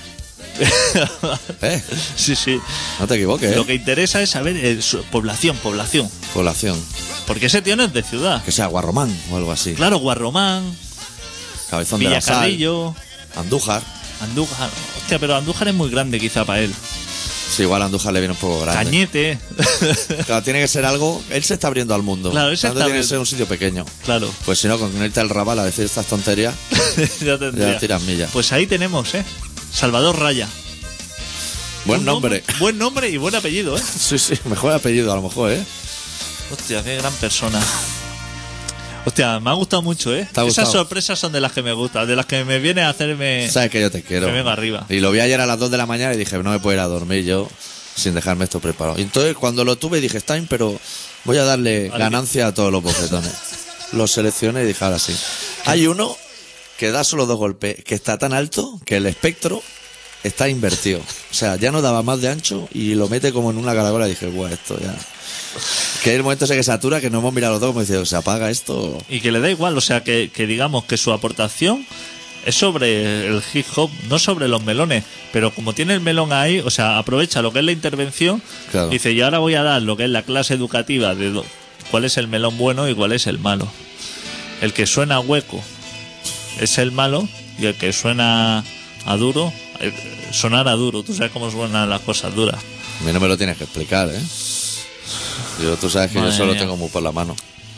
Sí, sí. No te equivoques, ¿eh? Lo que interesa es saber su población. Población. Porque ese tío no es de ciudad. Que sea Guarromán o algo así. Claro, Guarromán, Cabezón de la Sal. Villacarrillo, Andújar. Andújar. Hostia, pero Andújar es muy grande quizá para él. Sí, igual a Andújar le viene un poco grande. Cañete. Claro, tiene que ser algo... Él se está abriendo al mundo. Claro, él se Tanto está tiene que abriendo. ser un sitio pequeño. Claro. Pues si no, con irte al Raval a decir estas tonterías, Ya tendría. ya tiras millas. Pues ahí tenemos, Salvador Raya. Buen nombre. Buen nombre y buen apellido, Sí, mejor apellido a lo mejor, ¿eh? Hostia, qué gran persona. Hostia, me ha gustado mucho, ¿eh? ¿Te ha gustado? Esas sorpresas son de las que me gustan, de las que me viene a hacerme... Sabes que yo te quiero. Me vengo arriba. Y lo vi ayer a las 2 de la mañana y dije, no me puedo ir a dormir yo sin dejarme esto preparado. Y entonces cuando lo tuve dije, está bien, pero voy a darle ganancia a todos los bofetones. Los seleccioné y dije, ahora sí. Hay uno que da solo 2 golpes, que está tan alto que el espectro está invertido. O sea, ya no daba más de ancho y lo mete como en una caracola y dije, guau, esto ya... Que es el momento ese que satura, que no hemos mirado los dos como diciendo, ¿se apaga esto? Y que le da igual, o sea, que digamos que su aportación es sobre el hip hop, no sobre los melones. Pero como tiene el melón ahí, o sea, aprovecha lo que es la intervención, Claro. dice, y ahora voy a dar lo que es la clase educativa de cuál es el melón bueno y cuál es el malo. El que suena hueco es el malo y el que suena a duro, sonar a duro. Tú sabes cómo suenan las cosas duras. A mí no me lo tienes que explicar, ¿eh? Tú sabes que Madre yo solo mía. tengo muy por la mano.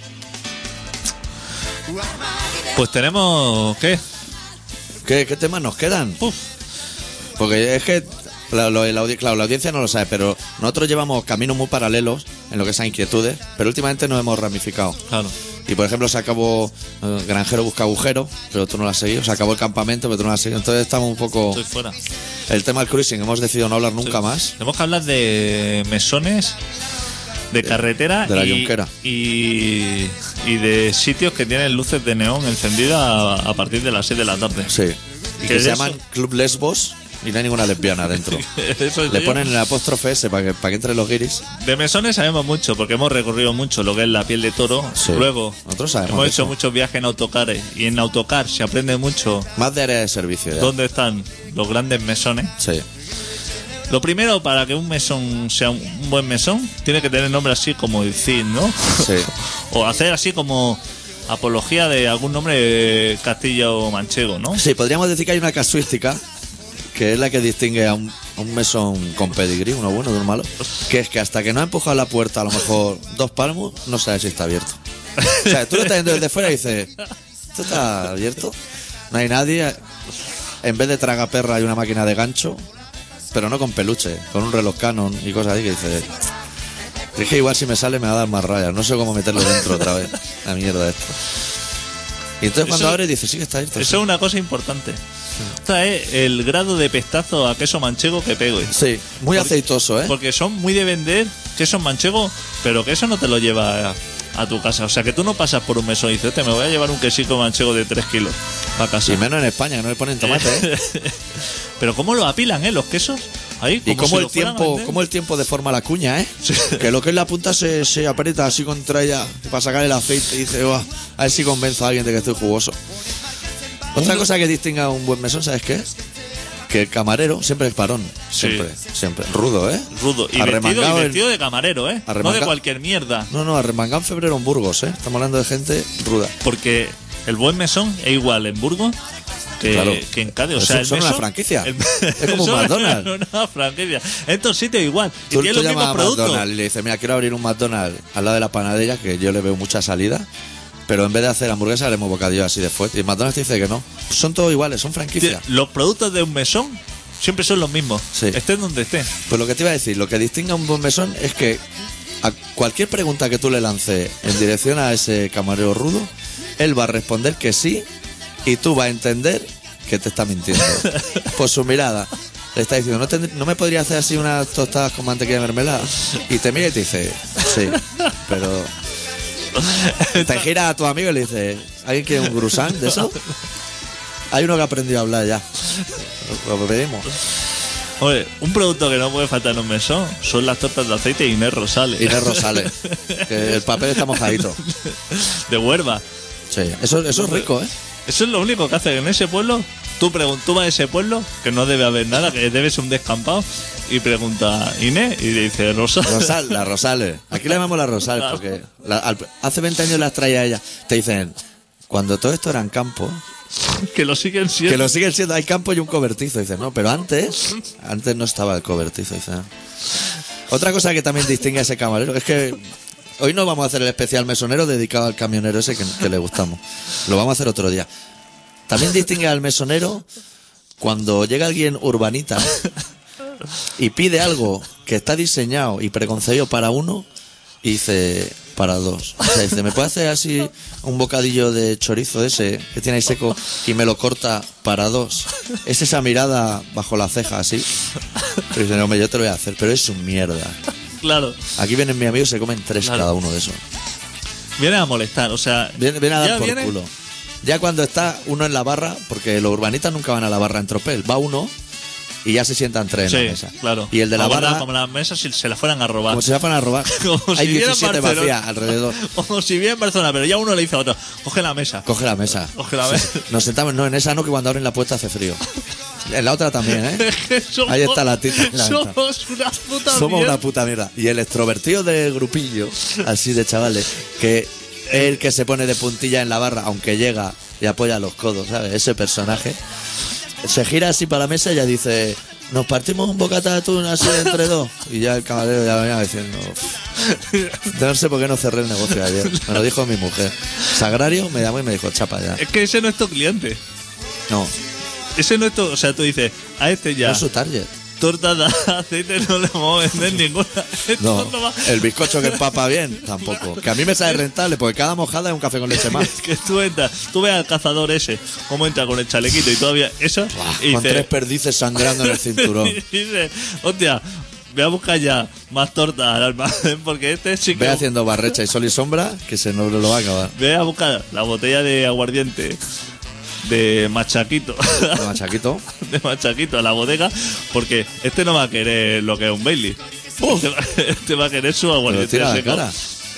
Pues tenemos, ¿qué? ¿Qué temas nos quedan? Uf, Porque es que claro, la audiencia no lo sabe, pero nosotros llevamos caminos muy paralelos en lo que son inquietudes, pero últimamente nos hemos ramificado. claro. Y por ejemplo se acabó Granjero busca agujero, pero tú no lo has seguido. Se acabó El campamento, pero tú no lo has seguido. Entonces estamos un poco... Estoy fuera. El tema del cruising, hemos decidido no hablar nunca más. Tenemos que hablar de mesones, de carretera de la Junquera. y de sitios que tienen luces de neón encendidas a partir de las 6 de la tarde. Sí. Y Que que de se eso- llaman Club Lesbos y no hay ninguna lesbiana dentro. Eso es Le de- ponen el apóstrofe S para que entre los guiris. De mesones sabemos mucho porque hemos recorrido mucho lo que es la piel de toro. Sí. Luego Nosotros sabemos hemos de hecho eso. muchos viajes en autocares y en autocar se aprende mucho Más de área de servicio ya. dónde están los grandes mesones. Sí. Lo primero, para que un mesón sea un buen mesón, tiene que tener nombre así como el Cid, ¿no? Sí. O hacer así como apología de algún nombre castillo manchego, ¿no? Sí, podríamos decir que hay una casuística que es la que distingue a un mesón con pedigrí, uno bueno de un malo, que es que hasta que no ha empujado la puerta a lo mejor 2 palmos, no sabes si está abierto. O sea, tú lo estás viendo desde fuera y dices, ¿esto está abierto? No hay nadie. En vez de tragaperra hay una máquina de gancho, pero no con peluche, con un reloj Canon y cosas así que dices, es que igual si me sale me va a dar más rayas, no sé cómo meterlo dentro otra vez, la mierda esto. Y entonces cuando Eso- abres dices, sí que está abierto. Eso es una cosa importante. Esta es el grado de pestazo a queso manchego que pego. Sí, muy aceitoso, ¿eh? Porque son muy de vender queso manchego, pero que eso no te lo lleva a tu casa. O sea, que tú no pasas por un mesón y dices, me voy a llevar un quesito manchego de 3 kilos a casa. Y menos en España, que no le ponen tomate, ¿eh? Pero cómo lo apilan, los quesos. Ahí, Y como si cómo lo el fueran a tiempo, vender. cómo el tiempo deforma la cuña, ¿eh? Que lo que es la punta se aprieta así contra ella para sacar el aceite y dice, "Buah, a ver si convenzo a alguien de que estoy jugoso". Otra cosa que distingue a un buen mesón, ¿sabes qué es? Que el camarero siempre es parón. Siempre, siempre. Rudo, ¿eh? Rudo. Y Arremangado vestido de camarero, ¿eh? No de Arremanga- cualquier mierda. No, arremangado en febrero en Burgos, ¿eh? Estamos hablando de gente ruda. Porque el buen mesón es igual en Burgos que, Claro. que en Cádiz. O Eso sea, el son una mesón- franquicia. Es como un son McDonald's. Una franquicia. En estos sitios igual. Y Tú tiene los llamas mismos a productos. McDonald's y le dices, mira, quiero abrir un McDonald's al lado de la panadería, que yo le veo mucha salida, pero en vez de hacer hamburguesa haremos bocadillo así de fuerte. Y McDonald's te dice que no. Son todos iguales, son franquicias. Los productos de un mesón siempre son los mismos. Sí. Estén donde estén. Pues lo que te iba a decir, lo que distingue a un buen mesón es que a cualquier pregunta que tú le lances en dirección a ese camarero rudo, él va a responder que sí y tú vas a entender que te está mintiendo. Por su mirada. Le está diciendo, ¿no me podría hacer así unas tostadas con mantequilla de mermelada? Y te mira y te dice, sí, pero... Te gira a tu amigo y le dice, ¿alguien quiere un grusán de eso? Hay uno que ha aprendido a hablar ya. Lo pedimos. Oye, un producto que no puede faltar en un mesón son las tortas de aceite de Inés Rosales. Inés Rosales. Que el papel está mojadito. De Huerva. Sí, eso es rico, ¿eh? Eso es lo único que hace en ese pueblo. Tú vas a ese pueblo, que no debe haber nada, que debe ser un descampado, y pregunta Inés y le dice Rosales. Las Rosales. Aquí le llamamos las Rosales porque hace 20 años las traía ella. Te dicen, cuando todo esto eran campos, Que lo siguen siendo. que lo siguen siendo, hay campo y un cobertizo. Dice, no, pero antes no estaba el cobertizo. Dice, "Ah". Otra cosa que también distingue a ese camarero es que hoy no vamos a hacer el especial mesonero dedicado al camionero ese que le gustamos. Lo vamos a hacer otro día. También distingue al mesonero cuando llega alguien urbanita y pide algo que está diseñado y preconcebido para uno y dice, para dos. O sea, dice, ¿me puede hacer así un bocadillo de chorizo ese que tiene ahí seco y me lo corta para dos? Es esa mirada bajo la ceja así. Pero dice, no, hombre, yo te lo voy a hacer, pero es un mierda. Claro. Aquí vienen mis amigos y se comen 3 Claro. cada uno de esos. Viene a molestar, o sea... Viene a dar ya por viene- culo. Ya cuando está uno en la barra, porque los urbanitas nunca van a la barra en tropel, va uno y ya se sientan 3 en Sí, la mesa. claro. Y el de la Como barra, como las mesas si se las fueran a robar. como si se van a robar. Como Hay si viera 17 Barcelona. vacías alrededor. Como si viera en Barcelona, pero ya uno le dice a otro, coge la mesa. Coge la mesa. Coge la mesa. Nos sentamos, no, en esa no, que cuando abren la puerta hace frío. En la otra también, ¿eh? Somos- Ahí está la tita en la ventana. Somos una puta Somos mierda. una puta mierda. Y el extrovertido del grupillo, así de chavales, que es el que se pone de puntilla en la barra, aunque llega y apoya los codos, ¿sabes? Ese personaje. Se gira así para la mesa y ya dice, nos partimos un bocata de atún así entre dos. Y ya el camarero ya venía diciendo, no sé por qué no cerré el negocio ayer. Me lo dijo mi mujer. Sagrario me llamó y me dijo, chapa ya. Es que ese no es tu cliente. No, Ese no es tu... O sea, tú dices, a este no ya, es su target. torta de aceite no le vamos a vender ninguna. No, Esto no va- el bizcocho que empapa bien, tampoco. Que a mí me sale rentable, porque cada mojada es un café con leche más. Que tú entras, tú ves al cazador ese, cómo entra con el chalequito y todavía eso, y Con dice- 3 perdices sangrando en el cinturón. y dice, hostia, voy a buscar ya más tortas al almacén porque este sí que... Ve haciendo barrecha y sol y sombra, que se nos lo va a acabar. Ve a buscar la botella de aguardiente de machaquito. El machaquito. De machaquito a la bodega, porque este no va a querer lo que es un Bailey. Este va a querer su Me lo aguardiente tira a la seco. cara.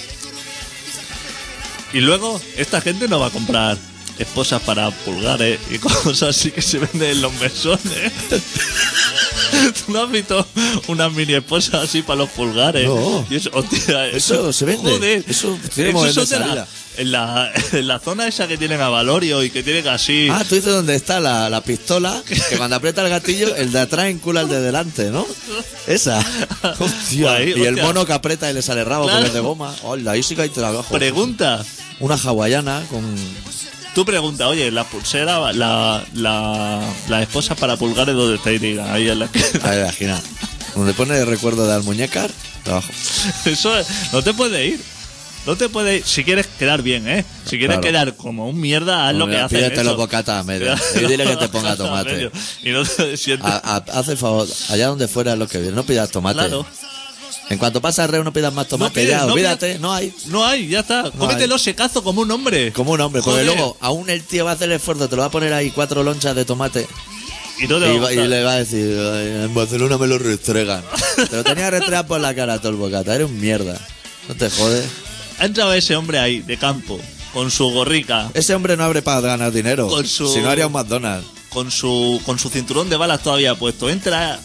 Y luego, esta gente no va a comprar esposas para pulgares y cosas así que se venden en los mesones. ¿Tú no has visto unas mini esposas así para los pulgares? No. Y eso, hostia, Eso se vende. Joder, Eso tiene modelo son de de salida. en la zona esa que tienen a Valorio y que tienen así. Ah, tú dices dónde está la pistola, que cuando aprieta el gatillo, el de atrás encula al de delante, ¿no? Esa. Hostia. Ahí, Y el hostia. mono que aprieta y le sale rabo Claro. porque es de goma. Hola, ahí sí que hay trabajo. Pregunta. Una hawaiana con... Tú preguntas, oye, la pulsera, la esposa para pulgares donde está y diga, ahí en la que. Ahí, imagina. Donde pone el recuerdo de las muñecas, trabajo. Eso no te puede ir. No te puede ir. Si quieres quedar bien, ¿eh? Si quieres Claro. quedar como un mierda, haz lo que Mira, hacen. pídete eso. los bocatas a medio. Y dile que te ponga A tomate. medio. Y no te sientes. Haz el favor, allá donde fuera es lo que viene, no pidas tomate. Claro. En cuanto pasa el reo, no pidas más tomate, pides, ya, no olvídate, pidas- no hay. No hay, ya está. Cómetelo secazo como un hombre. Como un hombre, porque Joder. luego aún el tío va a hacer el esfuerzo, te lo va a poner ahí 4 lonchas de tomate Y no te va a y gustar. le va a decir, "Ay, en Barcelona me lo restregan". Te lo tenía restregado por la cara todo el bocata, eres un mierda. No te jodes. Ha entrado ese hombre ahí, de campo, con su gorrica, Ese hombre no abre para ganar dinero. Con su- Si no haría un McDonald's. con su cinturón de balas todavía puesto. Entra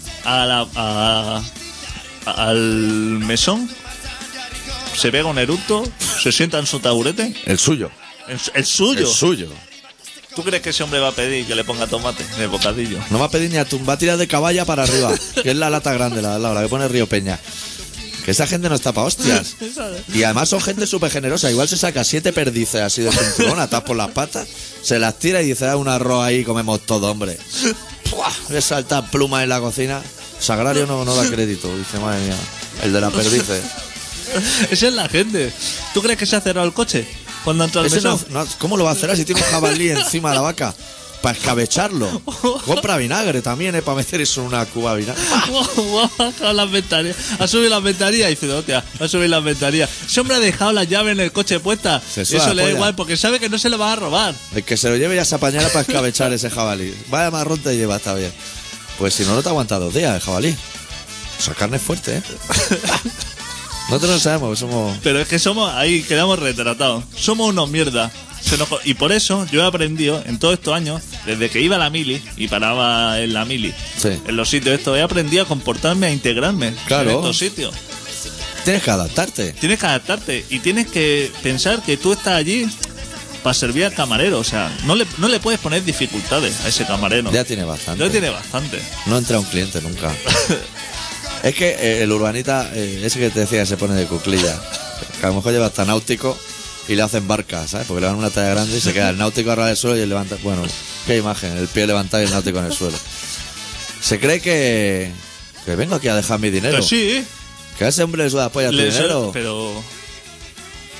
al mesón, se pega un eructo, se sienta en su taburete, El suyo. el suyo. El suyo. ¿Tú crees que ese hombre va a pedir que le ponga tomate en el bocadillo? No va a pedir ni a tumba, tirar de caballa para arriba. Que es la lata grande, la que pone Río Peña. Que esa gente no está para hostias. Y además son gente súper generosa. Igual se saca 7 perdices así de cinturón, atadas por las patas, se las tira y dice, un arroz ahí, comemos todo, hombre. ¡Puah! Le saltan plumas en la cocina. Sagrario no da crédito. Dice, madre mía, el de la perdices. Esa es la gente. ¿Tú crees que se ha cerrado el coche cuando entra al Ese mesón? ¿Cómo lo va a hacer si tiene un jabalí encima de la vaca? Para escabecharlo. Compra vinagre también, para meter eso en una cuba de vinagre. Ha bajado las ventanillas, ha subido las ventanillas y dice, hostia, ha subido las ventanillas. Ese hombre ha dejado la llave en el coche puesta. Se Y suda eso la le da polla. igual porque sabe que no se le va a robar. El que se lo lleve ya se apañará para escabechar ese jabalí. Vaya marrón te lleva, está bien. Pues si no, no te aguanta 2 días el jabalí. Esa carne es fuerte, ¿eh? Nosotros no sabemos, somos... Pero es que ahí quedamos retratados. Somos unos mierda. Y por eso yo he aprendido en todos estos años, desde que iba a la mili y paraba en la mili, Sí. en los sitios estos, he aprendido a comportarme, a integrarme Claro. en estos sitios. Tienes que adaptarte. Tienes que adaptarte y tienes que pensar que tú estás allí para servir al camarero. O sea, no le puedes poner dificultades a ese camarero. Ya tiene bastante. Ya tiene bastante. No entra un cliente nunca. Es que el urbanita, ese que te decía, se pone de cuclilla. Que a lo mejor lleva hasta náutico y le hacen barca, ¿sabes? Porque le dan una talla grande y se queda el náutico arriba del suelo y él levanta... Bueno, qué imagen, el pie levantado y el náutico en el suelo. Se cree que vengo aquí a dejar mi dinero. Pero sí, Que a ese hombre le suda polla tu dinero. pero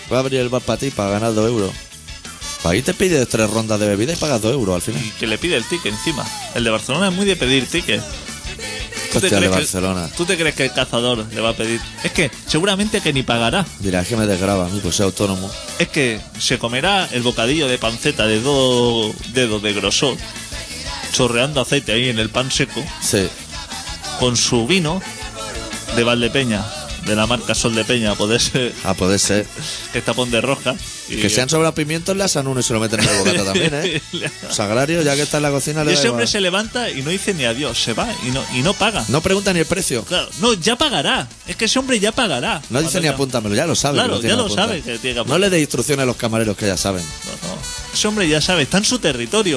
Voy a abrir el bar para ti para ganar 2 euros. Ahí te pides 3 rondas de bebida y pagas 2 euros al final. Y que le pide el ticket encima. El de Barcelona es muy de pedir ticket. Hostia, de Barcelona. ¿Tú te crees que el cazador le va a pedir? Es que seguramente que ni pagará. Dirá, es que me desgraba a mí, pues soy autónomo. Es que se comerá el bocadillo de panceta de 2 dedos de grosor, chorreando aceite ahí en el pan seco, Sí. con su vino de Valdepeña, de la marca Sol de Peña, a poder ser, A poder ser. que es tapón de rosca. Y Que sean sobrapimientos le asan uno y se lo meten en el bocata también, ¿eh? Sagrario, ya que está en la cocina, Y le da ese hombre igual. se levanta y no dice ni adiós, se va y no paga. No pregunta ni el precio. Claro, no, ya pagará. Es que ese hombre ya pagará. No dice ni apúntamelo, ya lo sabe. Claro, que tiene ya lo apuntado. sabe que tiene que No apuntar. le dé instrucciones a los camareros que ya saben. No. Ese hombre ya sabe, está en su territorio.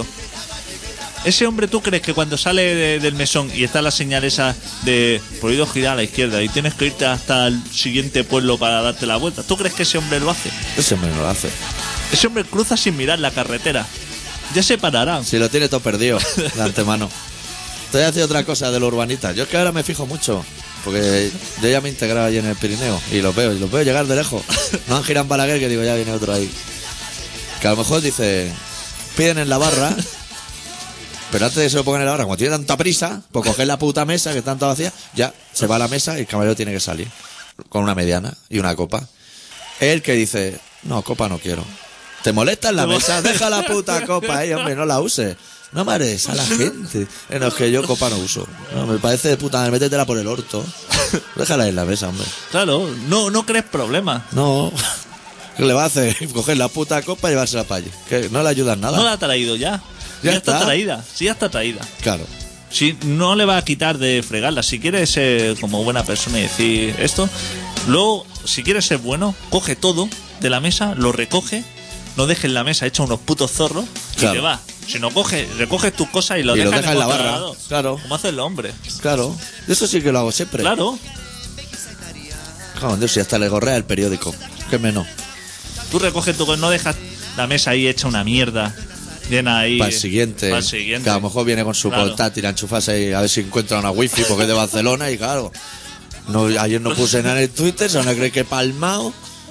Ese hombre, ¿tú crees que cuando sale del mesón y está la señal esa de prohibido girar a la izquierda y tienes que irte hasta el siguiente pueblo para darte la vuelta? ¿Tú crees que ese hombre lo hace? Ese hombre no lo hace. Ese hombre cruza sin mirar la carretera. Ya se parará. Si lo tiene todo perdido de antemano. Estoy haciendo otra cosa de los urbanitas. Yo es que ahora me fijo mucho. Porque yo ya me he integrado ahí en el Pirineo. Y los veo llegar de lejos. No han girado en Balaguer, que digo, ya viene otro ahí. Que a lo mejor dice, piden en la barra. Pero antes de que se lo pongan en la barra, como tiene tanta prisa, pues coger la puta mesa que está toda vacía, ya se va a la mesa y el camarero tiene que salir. Con una mediana y una copa. Él que dice, no, copa no quiero. ¿Te molesta en la mesa? Deja la puta copa ahí, hombre, no la uses. No mares a la gente. No, es que yo copa no uso. No, me parece de puta madre, métetela por el orto. Déjala ahí en la mesa, hombre. Claro, no crees problemas. No. ¿Qué le va a hacer? Coger la puta copa y llevársela para allí. Que no le ayuda en nada. No la ha traído ya. Ya está está. traída. Sí, ya está traída. Claro. Si no le va a quitar de fregarla. Si quieres ser como buena persona y decir esto, luego, si quieres ser bueno, coge todo de la mesa, lo recoge, no dejes la mesa hecha unos putos zorros y Claro. te va. Si no recoges tus cosas y lo Y lo dejas dejas en la otro barra. lado. Claro. Como hace el hombre. Claro. Eso sí que lo hago siempre. Claro. Joder, Dios, si hasta le gorrea el periódico. Qué menos. Tú recoges tu cosa, no dejas la mesa ahí hecha una mierda, llena ahí. Para el siguiente. Para el siguiente. Que a lo mejor viene con su Claro. portátil a enchufarse ahí a ver si encuentra una wifi porque es de Barcelona y claro. No, ayer no puse nada en el Twitter, se van a creer que he palmado.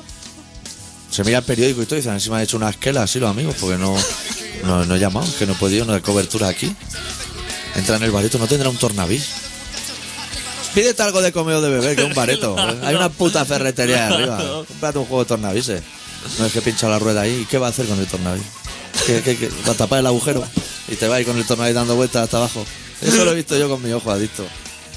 Se mira el periódico y todo y dicen, si me han hecho una esquela así los amigos porque no he llamado, que no he podido, no hay cobertura aquí. Entra en el bareto, no tendrá un tornavís. Pídete algo de comer o de beber, que es un bareto. Hay una puta ferretería ahí arriba. Cómprate un juego de tornavises. No es que pincha la rueda ahí. ¿Y qué va a hacer con el tornavis? ¿Qué? ¿Va a tapar el agujero? Y te va a ir con el tornavis dando vueltas hasta abajo. Eso lo he visto yo con mi ojo adicto.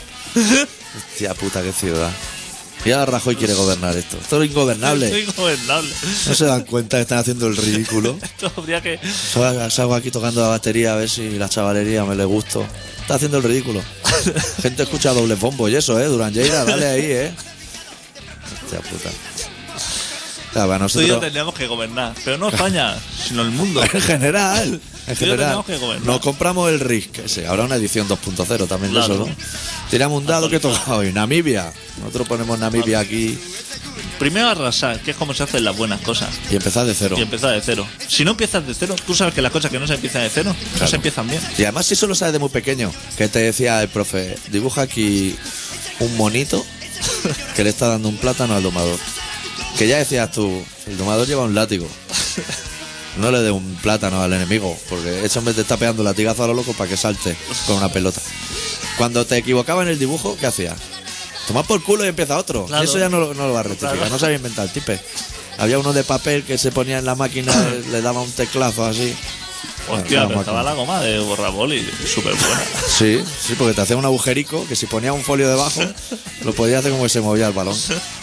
Hostia puta, qué ciudad. Y ahora Rajoy quiere gobernar esto. Esto es ingobernable. Es ingobernable. No se dan cuenta que están haciendo el ridículo. Esto habría que. Salgo aquí tocando la batería a ver si la chavalería me le gusto. Está haciendo el ridículo. Gente escucha doble bombo y eso, Durán Lleida, dale ahí, Hostia puta. Claro, para Tú y yo nosotros, tendríamos que gobernar. Pero no España, sino el mundo. en general, tenemos que gobernar. nos compramos el RISC, ese. Habrá una edición 2.0 también de Claro. eso, ¿no? Tiramos un dado que toca hoy. Namibia. Nosotros ponemos Namibia aquí Primero arrasar, que es como se hacen las buenas cosas. y empezar de cero. Y empezar de cero. Si no empiezas de cero, tú sabes que las cosas que no se empiezan de cero, no Claro. se empiezan bien. Y además si eso lo sabes de muy pequeño, que te decía el profe, dibuja aquí un monito que le está dando un plátano al domador. Que ya decías tú, el domador lleva un látigo. No le dé un plátano al enemigo, porque ese hombre te está pegando latigazo a lo loco para que salte con una pelota. Cuando te equivocaba en el dibujo, ¿qué hacías? Tomar por culo y empieza otro. Claro. Eso ya no lo va a rectificar, Claro. no sabía inventar el tipe. Había uno de papel que se ponía en la máquina, le daba un teclazo así. Hostia, Claro, pero estaba máquina. la goma de borraboli, súper buena. Sí, porque te hacía un agujerico que si ponía un folio debajo, lo podía hacer como que se movía el balón.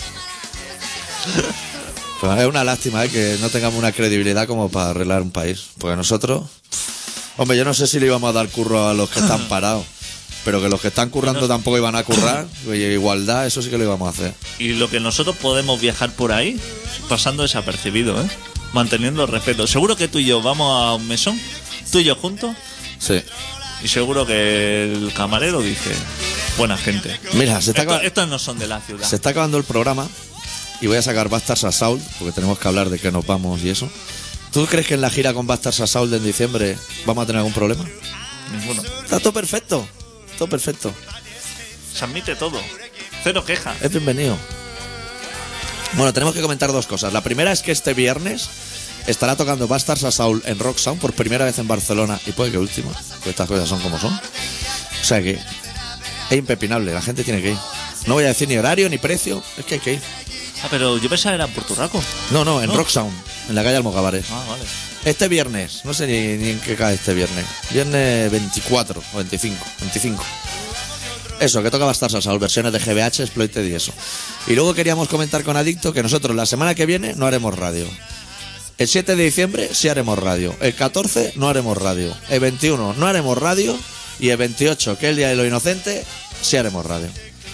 Pues es una lástima que no tengamos una credibilidad como para arreglar un país. Porque nosotros, hombre, yo no sé si le íbamos a dar curro a los que están parados, pero que los que están currando tampoco iban a currar. Y igualdad, eso sí que lo íbamos a hacer. Y lo que nosotros podemos viajar por ahí, pasando desapercibido, manteniendo el respeto. Seguro que tú y yo vamos a un mesón, tú y yo juntos, Sí. y seguro que el camarero dice, buena gente. Mira, Estos no son de la ciudad. se está acabando el programa y voy a sacar Bastards Assault, porque tenemos que hablar de que nos vamos y eso. ¿Tú crees que en la gira con Bastards Assault en diciembre vamos a tener algún problema? Ninguno. Está todo perfecto. Todo perfecto. Se admite todo. Cero quejas. Es bienvenido. Bueno, tenemos que comentar dos cosas. La primera es que este viernes estará tocando Bastards a Soul en Rock Sound por primera vez en Barcelona y puede que última, porque estas cosas son como son. O sea que es impepinable, la gente tiene que ir. No voy a decir ni horario ni precio, es que hay que ir. Ah, pero yo pensaba que era en Puerto Rico. No, en ¿No? Rock Sound, en la calle Almogávares. Ah, vale. Este viernes, no sé ni en qué cae este viernes. Viernes 24 o 25. Eso, que toca Bastards a Soul, versiones de GBH, Exploited y eso. Y luego queríamos comentar con Adicto que nosotros la semana que viene no haremos radio. El 7 de diciembre sí haremos radio. El 14 no haremos radio. El 21 no haremos radio. Y el 28, que es el Día de los Inocentes, sí haremos radio.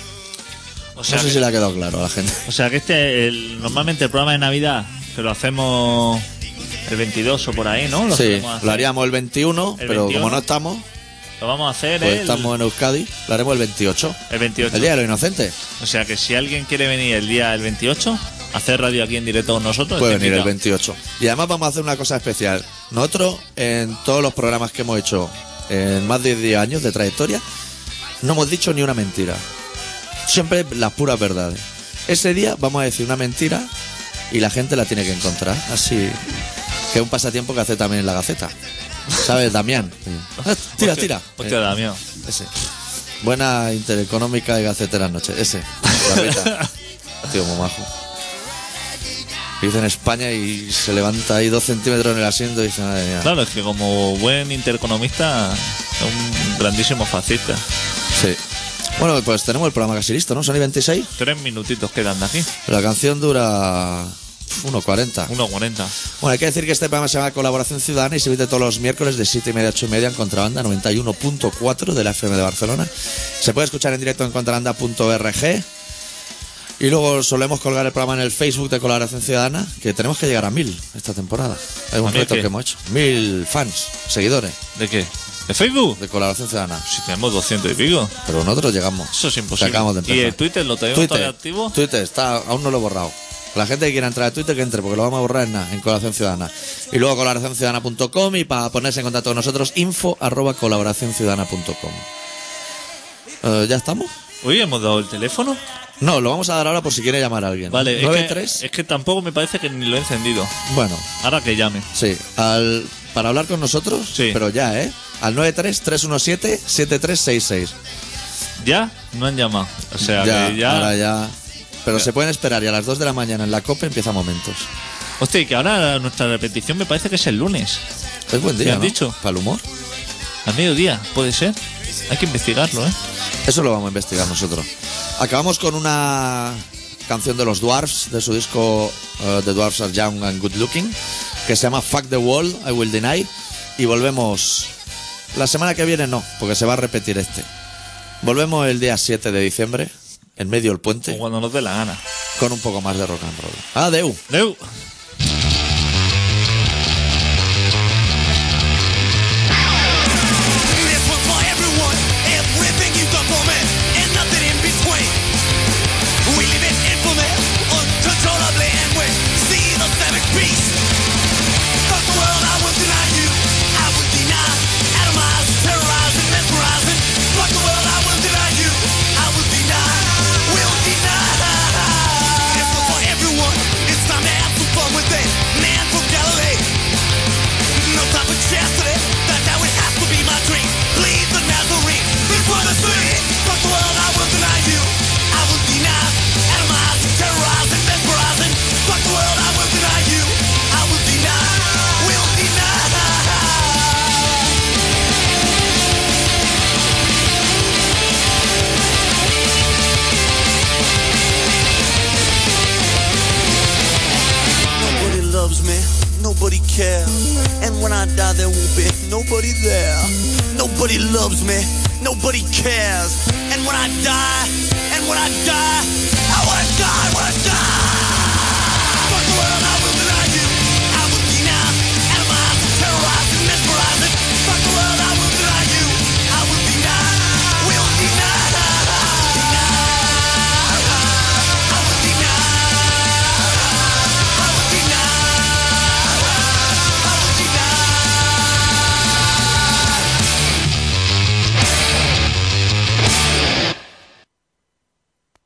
O sea No sé que, si le ha quedado claro a la gente. o sea que normalmente el programa de Navidad, que lo hacemos el 22 o por ahí, ¿no? Lo Sí, solemos hacer. lo haríamos el 21, El pero 21. como no estamos, Lo vamos a hacer pues estamos en Euskadi, lo haremos el 28. el 28. El Día de los Inocentes. O sea que si alguien quiere venir el día del 28, hacer radio aquí en directo con nosotros, Puede está venir el invitado. 28. Y además vamos a hacer una cosa especial. Nosotros, en todos los programas que hemos hecho en más de 10 años de trayectoria, no hemos dicho ni una mentira. Siempre las puras verdades. Ese día vamos a decir una mentira y la gente la tiene que encontrar. Así que es un pasatiempo que hace también en la Gaceta. ¿Sabes, Damián? Tira, tira. Hostia, Damián. Ese. Buena intereconómica y gacetera noche. Ese. Barbita. Tío, muy majo. Dice en España y se levanta ahí 2 centímetros en el asiento y dice, madre mía. Claro, es que como buen intereconomista es un grandísimo fascista. Sí. Bueno, pues tenemos el programa casi listo, ¿no? Son y 26. 3 minutitos quedan de aquí. La canción dura 1:40. 1:40. Bueno, hay que decir que este programa se llama Colaboración Ciudadana y se emite todos los miércoles de 7:30 a 8:30 en Contrabanda 91.4 de la FM de Barcelona. Se puede escuchar en directo en contrabanda.org. Y luego solemos colgar el programa en el Facebook de Colaboración Ciudadana, que tenemos que llegar a 1000 esta temporada. Es un ¿A 1000 reto qué? que hemos hecho. 1000 fans, seguidores ¿De qué? ¿De Facebook? de Colaboración Ciudadana. Si tenemos 200 y pico. Pero nosotros llegamos. Eso es Que imposible. acabamos de empezar. ¿Y el Twitter lo tenemos todavía activo? Twitter está, aún no lo he borrado. La gente que quiera entrar a Twitter que entre, porque lo vamos a borrar en nada, en Colaboración Ciudadana. Y luego colaboracionciudadana.com y para ponerse en contacto con nosotros, info@colaboracionciudadana.com. ¿Ya estamos? Oye, ¿hemos dado el teléfono? No, lo vamos a dar ahora por si quiere llamar a alguien. Vale, 93. es que tampoco me parece que ni lo he encendido. Bueno, Ahora que llame. sí. Para hablar con nosotros, Sí. pero ya, Al 93-317-7366. ¿Ya? No han llamado. O sea Ya, que ya... ahora ya. Pero se pueden esperar y a las 2 de la mañana en la COPE empieza Momentos. Hostia, y que ahora nuestra repetición me parece que es el lunes. Es buen ¿Me día, has ¿no? dicho? Para el humor. Al mediodía, puede ser. Hay que investigarlo, ¿eh? Eso lo vamos a investigar nosotros. Acabamos con una canción de los Dwarfs, de su disco The Dwarfs Are Young and Good Looking, que se llama Fuck the Wall, I Will Deny. Y volvemos la semana que viene, no, porque se va a repetir este. Volvemos el día 7 de diciembre, en medio del O puente, cuando nos dé la gana. con un poco más de rock and roll. Adeu. Deu. This one's for everyone, everything you've done for me, and nothing in between. We live in infamy, uncontrollably, and we see the savage beast. Fuck the world, I will deny you. I will deny, atomize, terrorize, and mesmerize. Fuck the world, I will deny you. I will deny, will deny. This one's for everyone, it's time to have some fun with it. Man from Galilee. No time for chastity, that's how it has to be my dream. Bleed the Nazarene, before the sea. Fuck the world, I will deny you. I will deny, atomize, terrorize, and mesmerize. Fuck the world, I will deny you. I will deny, will deny. Nobody loves me, nobody cares. And when I die, there won't be nobody there. Nobody loves me, nobody cares. And when I die, I wanna die, I wanna die. Fuck the world, I